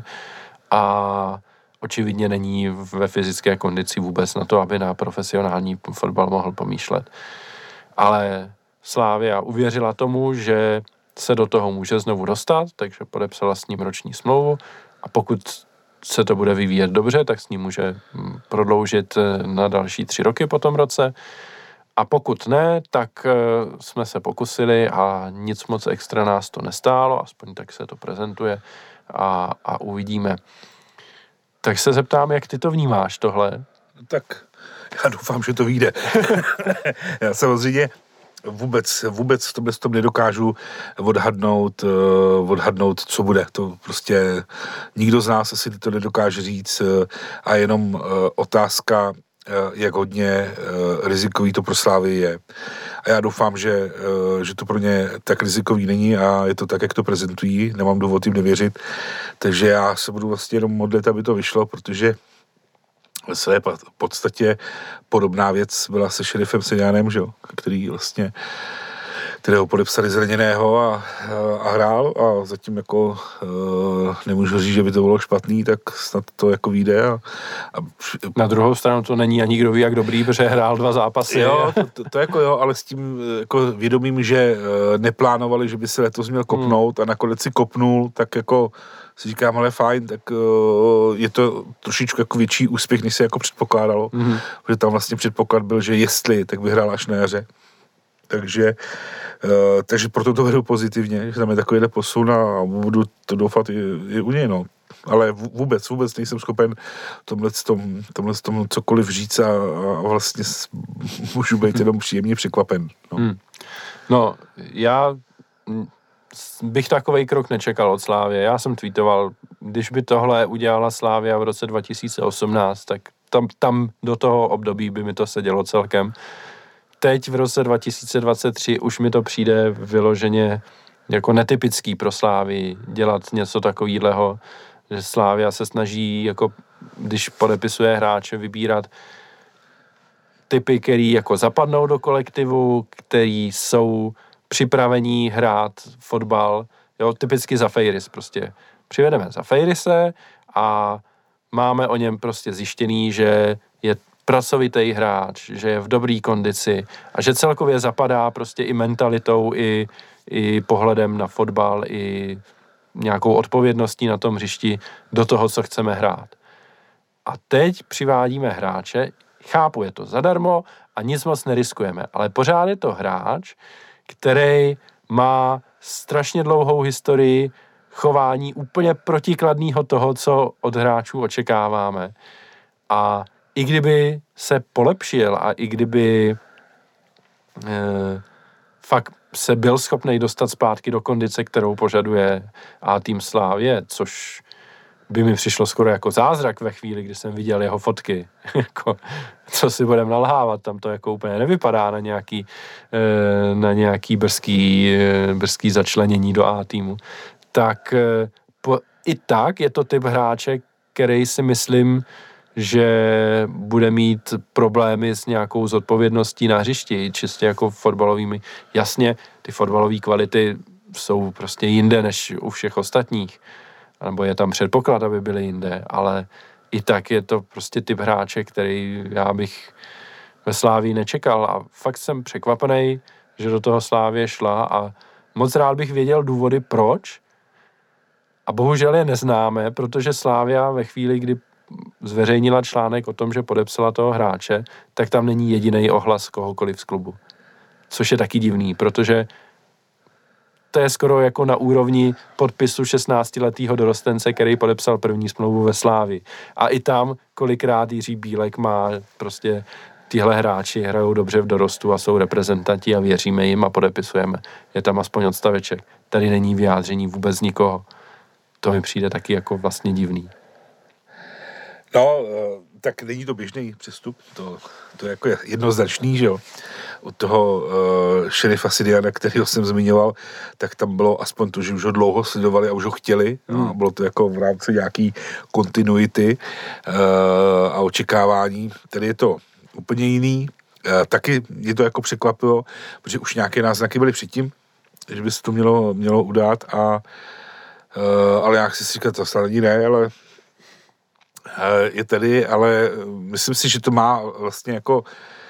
a očividně není ve fyzické kondici vůbec na to, aby na profesionální fotbal mohl pomýšlet. Ale Slavia uvěřila tomu, že se do toho může znovu dostat, takže podepsala s ním roční smlouvu a pokud se to bude vyvíjet dobře, tak s ním může prodloužit na další tři roky po tom roce. A pokud ne, tak jsme se pokusili a nic moc extra nás to nestálo, aspoň tak se to prezentuje a, a uvidíme. Tak se zeptám, jak ty to vnímáš tohle? Tak já doufám, že to vyjde. Já samozřejmě vůbec, vůbec to bez tom nedokážu odhadnout, uh, odhadnout, co bude. To prostě nikdo z nás asi to nedokáže říct uh, a jenom uh, otázka, uh, jak hodně uh, rizikový to pro Slávy je. A já doufám, že, uh, že to pro ně tak rizikový není a je to tak, jak to prezentují. Nemám důvod jim nevěřit. Takže já se budu vlastně jenom modlit, aby to vyšlo, protože ve své podstatě podobná věc byla se šerifem Seňánem, že jo, který vlastně, kterého podepsali zraněného a, a hrál a zatím jako uh, nemůžu říct, že by to bylo špatný, tak snad to jako vyjde. A, a, Na druhou stranu to není ani kdo ví, jak dobrý, protože hrál dva zápasy. Jo, to, to, to jako jo, ale s tím jako vědomím, že uh, neplánovali, že by se letos měl kopnout hmm. a nakonec si kopnul, tak jako si říkám, ale fajn, tak uh, je to trošičku jako větší úspěch, než se jako předpokládalo. Mm-hmm. Protože tam vlastně předpoklad byl, že jestli, tak vyhrál až na jaře. Takže, uh, takže proto to vedu pozitivně, že tam je takovýhle posun a budu to doufat i, i u něj, no. Ale vůbec, vůbec nejsem schopen tomhle tom, tomhle tom cokoliv říct a, a vlastně můžu být jenom příjemně překvapen. No, mm. no já... bych takovej krok nečekal od Slávie. Já jsem tweetoval, když by tohle udělala Slávia v roce dva tisíce osmnáct, tak tam, tam do toho období by mi to sedělo celkem. Teď v roce dva tisíce dvacet tři už mi to přijde vyloženě jako netypický pro Slávii dělat něco takovýhleho, že Slávia se snaží, jako když podepisuje hráče, vybírat typy, který jako zapadnou do kolektivu, který jsou připravení hrát fotbal, jo, typicky Zafeiris prostě. Přivedeme Zafeirise a máme o něm prostě zjištěný, že je pracovitý hráč, že je v dobrý kondici a že celkově zapadá prostě i mentalitou, i, i pohledem na fotbal, i nějakou odpovědností na tom hřišti do toho, co chceme hrát. A teď přivádíme hráče, chápu, je to zadarmo a nic moc neriskujeme, ale pořád je to hráč, který má strašně dlouhou historii chování úplně protikladného toho, co od hráčů očekáváme. A i kdyby se polepšil a i kdyby e, fakt se byl schopný dostat zpátky do kondice, kterou požaduje A tým Slávie, což by mi přišlo skoro jako zázrak ve chvíli, kdy jsem viděl jeho fotky. Jako, co si budem nalhávat, tam to jako úplně nevypadá na nějaký, na nějaký brzký, brzký začlenění do A týmu. Tak po, i tak je to typ hráče, který si myslím, že bude mít problémy s nějakou zodpovědností na hřišti, čistě jako fotbalovými. Jasně, ty fotbalové kvality jsou prostě jinde než u všech ostatních, nebo je tam předpoklad, aby byly jinde, ale i tak je to prostě typ hráče, který já bych ve Slávii nečekal a fakt jsem překvapený, že do toho Slávie šla a moc rád bych věděl důvody, proč, a bohužel je neznáme, protože Slavia ve chvíli, kdy zveřejnila článek o tom, že podepsala toho hráče, tak tam není jediný ohlas kohokoliv z klubu. Což je taky divný, protože to je skoro jako na úrovni podpisu šestnáctiletého dorostence, který podepsal první smlouvu ve Slávii. A i tam kolikrát Jiří Bílek má prostě tyhle hráči hrajou dobře v dorostu a jsou reprezentanti a věříme jim a podepisujeme. Je tam aspoň odstaveček. Tady není vyjádření vůbec nikoho. To mi přijde taky jako vlastně divný. No, tak není to běžný přístup, to, to je jako jednoznačný, že jo. Od toho uh, šerifa Sidiana, kterýho jsem zmiňoval, tak tam bylo aspoň to, že už ho dlouho sledovali a už ho chtěli. Hmm. No, bylo to jako v rámci nějaký kontinuity uh, a očekávání. Tady je to úplně jiný. Uh, taky je to jako překvapilo, protože už nějaké náznaky byly předtím, že by se to mělo, mělo udát, a, uh, ale já chci si říkat, to snad ani ne, ale je tady, ale myslím si, že to má vlastně jako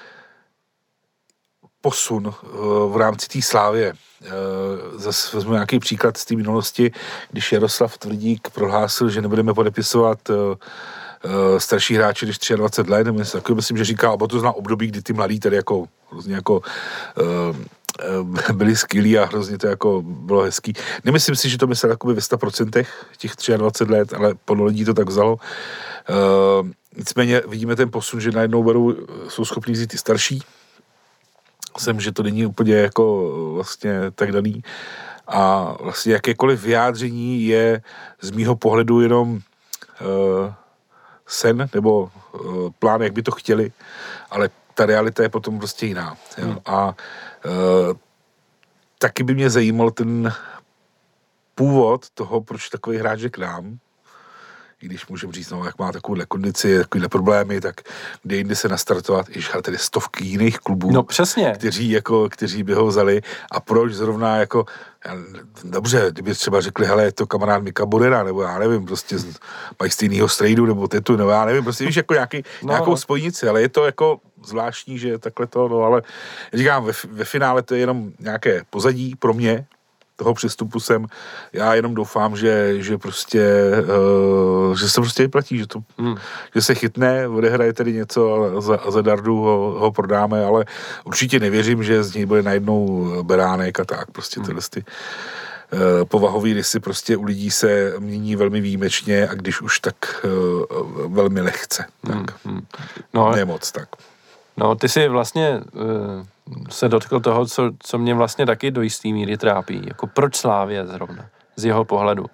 posun v rámci té Slávie. Zase vezmu nějaký příklad z té minulosti, když Jaroslav Tvrdík prohlásil, že nebudeme podepisovat starší hráči než dvacet tři let, takový myslím, že říká, oba to zná období, kdy ty mladí tady jako hrozně jako byli skvělí a hrozně to jako bylo hezký. Nemyslím si, že to myslel jakoby ve sto procent těch dvacet tři let, ale plno lidí to tak vzalo. Uh, nicméně vidíme ten posun, že najednou berou, jsou schopní vzít ty starší. Jsem, že to není úplně jako vlastně tak daný. A vlastně jakékoliv vyjádření je z mýho pohledu jenom uh, sen nebo uh, plán, jak by to chtěli, ale ta realita je potom prostě jiná. Hmm. A uh, taky by mě zajímal ten původ toho, proč takový hráč je k nám. I když můžeme říct, no, jak má takovouhle kondici, takovýhle problémy, tak kde jinde se nastartovat, i ale tady stovky jiných klubů, no, přesně. Kteří, jako, kteří by ho vzali. A proč zrovna jako, dobře, kdyby třeba řekli, hele, je to kamarád Mika Bodena, nebo já nevím, prostě mají stejnýho strejdu, nebo tetu, nebo já nevím, prostě víš, jako nějaký, no, nějakou no. spojnici, ale je to jako zvláštní, že takhle to, no, ale říkám, ve, ve finále to je jenom nějaké pozadí pro mě, toho přestupu jsem, já jenom doufám, že, že prostě, uh, že se prostě vyplatí, že to, hmm. že se chytne, odehraje tady něco a za, a za dardu ho, ho prodáme, ale určitě nevěřím, že z něj bude najednou beránek a tak, prostě tyhle ty uh, povahový rysy prostě u lidí se mění velmi výjimečně a když už tak uh, velmi lehce, tak hmm. no, ne moc tak. No, ty si vlastně uh, se dotkl toho, co, co mě vlastně taky do jistý míry trápí. Jako proč Slavia zrovna, z jeho pohledu.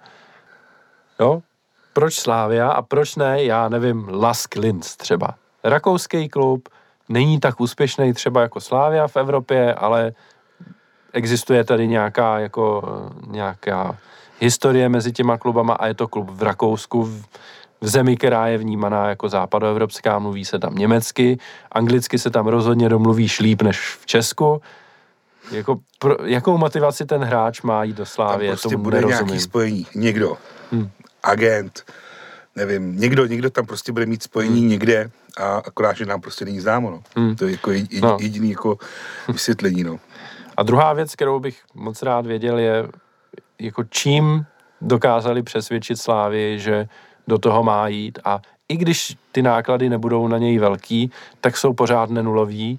Jo? Proč Slavia a proč ne, já nevím, Lask Linz třeba. Rakouský klub, není tak úspěšný třeba jako Slavia v Evropě, ale existuje tady nějaká, jako, nějaká historie mezi těma klubama a je to klub v Rakousku, v, v zemi, která je vnímaná jako západoevropská, mluví se tam německy, anglicky se tam rozhodně domluvíš líp než v Česku. Jako, pro, jakou motivaci ten hráč má jít do Slávie, tam prostě tomu bude nerozumím. Nějaký spojení, někdo, hmm. agent, nevím, někdo, někdo tam prostě bude mít spojení hmm. někde a akorát, že nám prostě není známo, no. Hmm. To je jako jediný, no. jediný jako vysvětlení, no. A druhá věc, kterou bych moc rád věděl, je, jako čím dokázali přesvědčit Slávii, že do toho má jít a i když ty náklady nebudou na něj velký, tak jsou pořád nenulový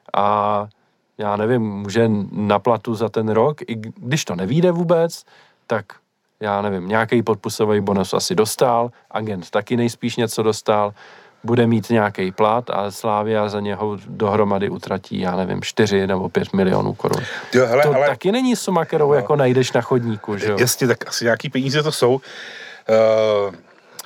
a já nevím, může na platu za ten rok, i když to nevyjde vůbec, tak já nevím, nějaký podpisový bonus asi dostal, agent taky nejspíš něco dostal, bude mít nějaký plat a Slavia za něho dohromady utratí, já nevím, čtyři nebo pět milionů korun. Jo, hele, to ale... taky není suma, kterou no. jako najdeš na chodníku, že jo? Jasně, tak asi nějaký peníze to jsou. Uh...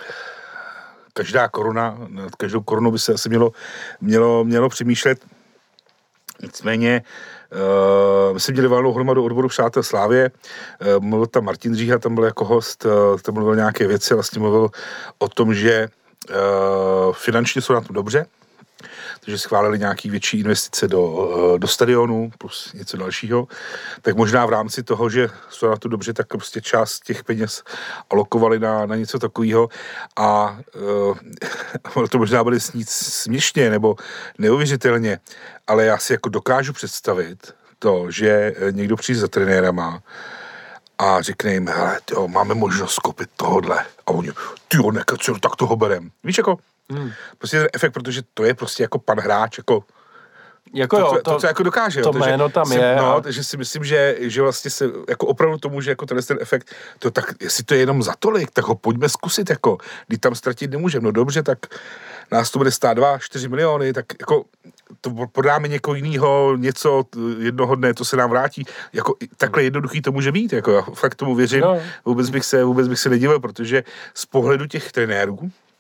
každá koruna, nad každou korunu by se asi mělo, mělo, mělo přemýšlet. Nicméně, uh, my jsme měli valnou hromadu odboru Přátel Slávě, uh, mluvil tam Martin Říha, tam byl jako host, uh, tam mluvil nějaké věci, vlastně mluvil o tom, že uh, finančně jsou na tom dobře, takže schválili nějaký větší investice do, do stadionu plus něco dalšího, tak možná v rámci toho, že jsou na to dobře, tak prostě část těch peněz alokovali na, na něco takového a uh, to možná bude snít směšně nebo neuvěřitelně, ale já si jako dokážu představit to, že někdo přijde za trenérama a řekne jim, hele, tyjo, máme možnost koupit tohodle a oni, tyjo, nekacil, tak toho berem. Víš, jako Hmm. prostě ten efekt, protože to je prostě jako pan hráč, jako, jako to, jo, to, to, to, co jako dokáže. To jo, jméno tam si, je. No, a... takže si myslím, že, že vlastně se jako opravdu tomu, že jako tenhle ten efekt, to tak, jestli to je jenom za tolik, tak ho pojďme zkusit, jako, když tam ztratit nemůžeme. No dobře, tak nás to bude stát dva, čtyři miliony, tak jako to podáme někoho jiného, něco jednoho dne, to se nám vrátí. Jako takhle jednoduchý to může být, jako já fakt tomu věřím. No. Vůbec bych se, vůbec bych se nedivil, protože z pohledu těch trenérů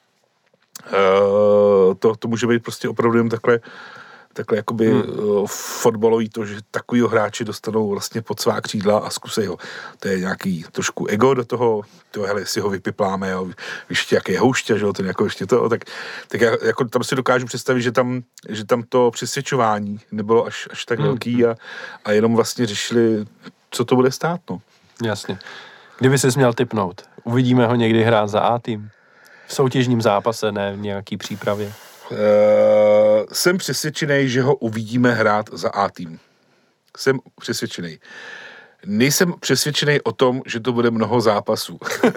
Uh, to, to může být prostě opravdu jen takhle, takhle jakoby hmm. uh, fotbalový to, že takovýho hráči dostanou vlastně pod svá křídla a zkusej ho. To je nějaký trošku ego do toho, to hele, jestli ho vypipláme, jo, víš, jaký je houšťa, že jo, ten jako ještě to, tak, tak já, jako tam si dokážu představit, že tam, že tam to přesvědčování nebylo až, až tak hmm. velký a, a jenom vlastně řešili, co to bude stát, no. Jasně. Kdyby jsi měl tipnout, uvidíme ho někdy hrát za A-tým? V soutěžním zápase, ne v nějaký přípravě? Uh, jsem přesvědčený, že ho uvidíme hrát za A-tým. Jsem přesvědčený. Nejsem přesvědčený o tom, že to bude mnoho zápasů.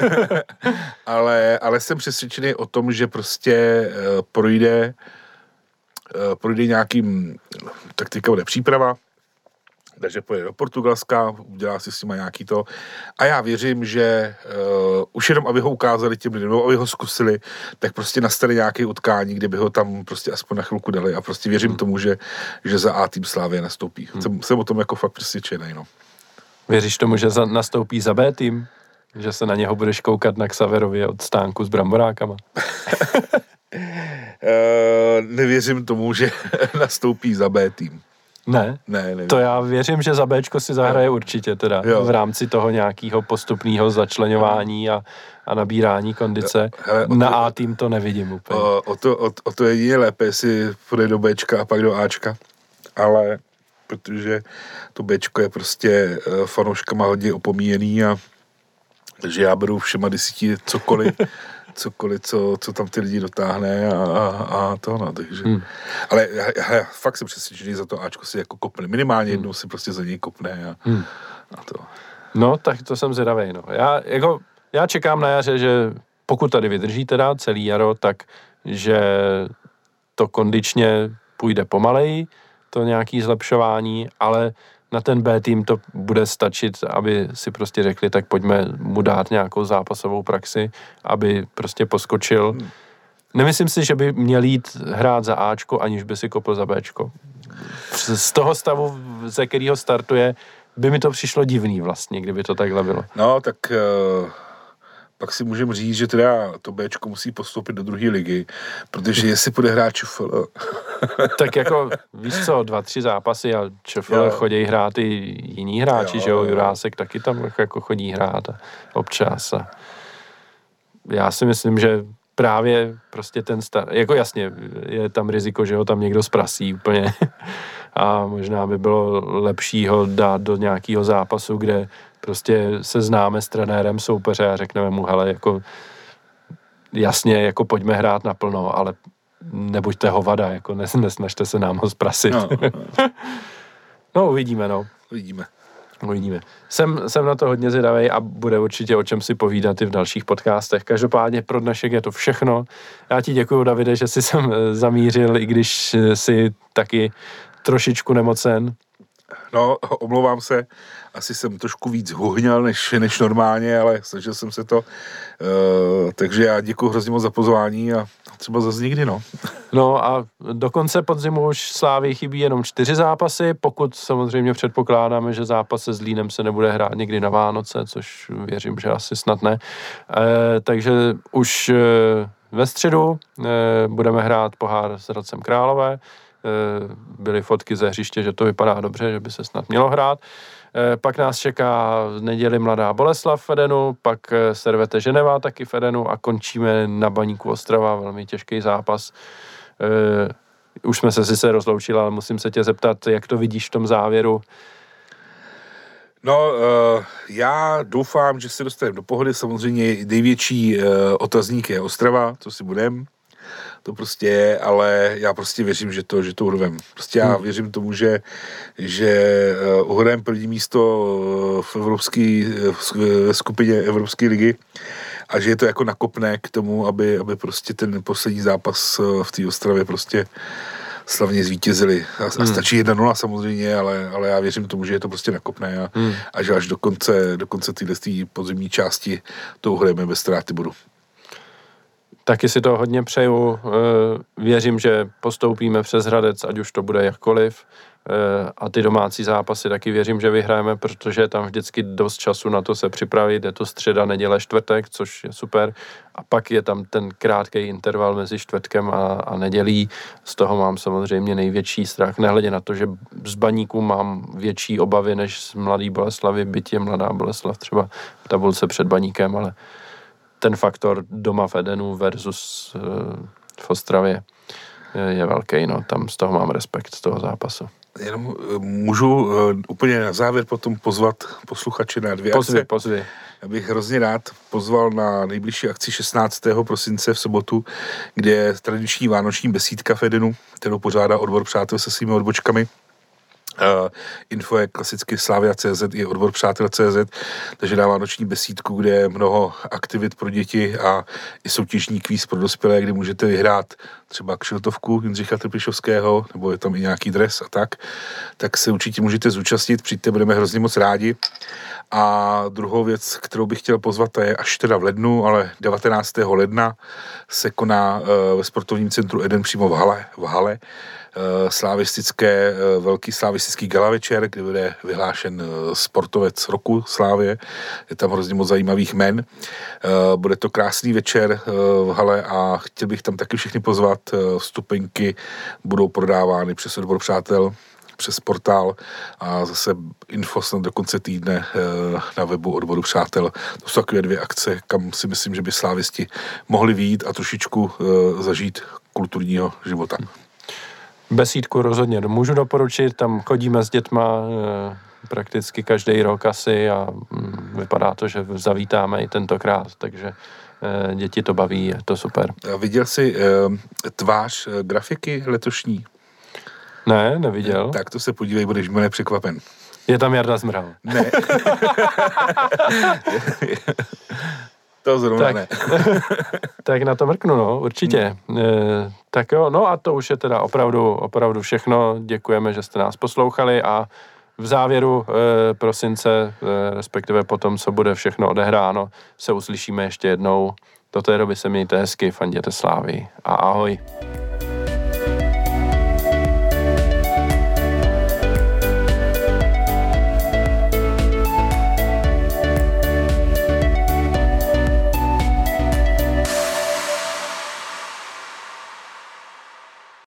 ale, ale jsem přesvědčený o tom, že prostě uh, projde, uh, projde nějakým, tak teďka bude příprava, takže pojede do Portugalska, udělá si s nima nějaký to. A já věřím, že uh, už jenom, aby ho ukázali těm lidem, aby ho zkusili, tak prostě nastane nějaké utkání, kde by ho tam prostě aspoň na chvilku dali. A prostě věřím hmm. tomu, že, že za A tým Slávie nastoupí. Hmm. Jsem, jsem o tom jako fakt přesvědčený, no. Věříš tomu, že za, nastoupí za B tým? Že se na něho budeš koukat na Xaverově od stánku s bramborákama? uh, nevěřím tomu, že nastoupí za B tým. Ne? Ne, ne. To já věřím, že za Bčko si zahraje no. určitě teda. Jo. V rámci toho nějakého postupného začleňování a, a nabírání kondice. Hele, na to, A tým to nevidím úplně. O, o, to, o, o to jedině lépe, jestli půjde do Bčka a pak do Ačka. Ale protože to Bčko je prostě fanouškama hodně opomíjený a takže já beru všema desíti cokoliv, cokoliv, co, co tam ty lidi dotáhne a, a, a to, no, takže. Hmm. Ale já, já fakt jsem přesvědčený, za to Ačko si jako kopne. Minimálně hmm. jednou si prostě za něj kopne a, hmm. a to. No, tak to jsem zvědavej, no. Já, jako, já čekám na jaře, že pokud tady vydrží teda celý jaro, tak že to kondičně půjde pomaleji, to nějaký zlepšování, ale na ten B tým to bude stačit, aby si prostě řekli, tak pojďme mu dát nějakou zápasovou praxi, aby prostě poskočil. Hmm. Nemyslím si, že by měl jít hrát za Ačko, aniž by si kopl za Bčko. Z toho stavu, ze kterého startuje, by mi to přišlo divný vlastně, kdyby to takhle bylo. No, tak uh, pak si můžeme říct, že teda to Bčko musí postoupit do druhé ligy, protože jestli půjde hrát ČFL. Tak jako, víš co, dva, tři zápasy a ČFL chodí hrát i jiní hráči, jo, že jo, Jurásek taky tam jako chodí hrát a občas a já si myslím, že právě prostě ten start, jako jasně, je tam riziko, že ho tam někdo zprasí úplně a možná by bylo lepší ho dát do nějakého zápasu, kde prostě se známe s trenérem soupeře a řekneme mu, hele, jako jasně, jako pojďme hrát naplno, ale nebuďte hovada, jako nesnažte se nám ho zprasit. No, no. no uvidíme, no. Uvidíme. Uvidíme. Jsem, jsem na to hodně zvědavej a bude určitě o čem si povídat i v dalších podcastech. Každopádně pro dnešek je to všechno. Já ti děkuju, Davide, že jsi sem zamířil, i když jsi taky trošičku nemocen. No, omlouvám se, asi jsem trošku víc huhňal než, než normálně, ale snažil jsem se to. Uh, takže já děkuji hrozně moc za pozvání a třeba zase nikdy, no. No a do konce podzimu už Slávii chybí jenom čtyři zápasy, pokud samozřejmě předpokládáme, že zápas se Zlínem se nebude hrát někdy na Vánoce, což věřím, že asi snad ne. E, takže už ve středu e, budeme hrát pohár s Hradcem Králové. E, byly fotky ze hřiště, že to vypadá dobře, že by se snad mělo hrát. E, pak nás čeká v neděli Mladá Boleslav v Edenu, pak Servette Ženeva taky v Edenu a končíme na Baníku Ostrava, velmi těžký zápas. E, už jsme se sice rozloučili, ale musím se tě zeptat, jak to vidíš v tom závěru. No, uh, já doufám, že se dostaneme do pohody. Samozřejmě největší uh, otazník je Ostrava, co si budem. To prostě je, ale já prostě věřím, že to, že to urvem. Prostě já hmm. věřím tomu, že, že uh, uhrajeme první místo v evropské v skupině Evropské ligy a že je to jako nakopné k tomu, aby, aby prostě ten poslední zápas v té Ostravě prostě slavně zvítězili. A, hmm. a stačí jedna nula samozřejmě, ale, ale já věřím tomu, že je to prostě nakopné a, hmm. a že až do konce, do konce téhle podzimní části to uhrajeme bez ztráty bodu. Taky si to hodně přeju. Věřím, že postoupíme přes Hradec, ať už to bude jakkoliv. A ty domácí zápasy taky věřím, že vyhrajeme, protože je tam vždycky dost času na to se připravit. Je to středa, neděle, čtvrtek, což je super. A pak je tam ten krátký interval mezi čtvrtkem a, a nedělí. Z toho mám samozřejmě největší strach. Nehledě na to, že z Baníku mám větší obavy než z Mladé Boleslavy, byť je Mladá Boleslav třeba v tabulce před Baníkem, ale ten faktor doma v Edenu versus uh, v Ostravě je, je velký. No. Tam z toho mám respekt, z toho zápasu. Jenom můžu uh, úplně na závěr potom pozvat posluchače na dvě pozvi, akce. Pozvi, Já bych hrozně rád pozval na nejbližší akci šestnáctého prosince v sobotu, kde je tradiční vánoční besídka v Edenu, kterou pořádá odbor Přátel se svými odbočkami. Uh, info je klasicky Slavia tečka cé zet i odbor Přátel tečka cé zet, takže dává noční besídku, kde je mnoho aktivit pro děti a i soutěžní kvíz pro dospělé, kde můžete vyhrát třeba kšiltovku Jindřicha Trpišovského, nebo je tam i nějaký dres a tak, tak se určitě můžete zúčastnit, přijďte, budeme hrozně moc rádi. A druhou věc, kterou bych chtěl pozvat, to je až teda v lednu, ale devatenáctého ledna se koná uh, ve sportovním centru Eden přímo v hale, v hale uh, slavistické, uh, velký slavistický gala večer, kde bude vyhlášen uh, sportovec roku Slávě. Je tam hrozně moc zajímavých jmen. Uh, bude to krásný večer uh, v hale a chtěl bych tam taky všechny pozvat. Uh, vstupenky budou prodávány přes odbor Přátel, přes portál a zase info snad do konce týdne na webu odboru Přátel. To jsou takové dvě akce, kam si myslím, že by slávisti mohli vyjít a trošičku zažít kulturního života. Besídku rozhodně můžu doporučit, tam chodíme s dětma prakticky každý rok asi a vypadá to, že zavítáme i tentokrát, takže děti to baví, je to super. A viděl jsi tvář grafiky letošní? Ne, neviděl. Tak to se podívej, budeš mile překvapen. Je tam Jarda Zmral. Ne. To zrovna tak, ne. Tak na to mrknu, no, určitě. Hmm. E, tak jo, no a to už je teda opravdu, opravdu všechno. Děkujeme, že jste nás poslouchali a v závěru e, prosince, e, respektive potom, co bude všechno odehráno, se uslyšíme ještě jednou. Do té doby se mějte hezky, fanděte Slávy a ahoj.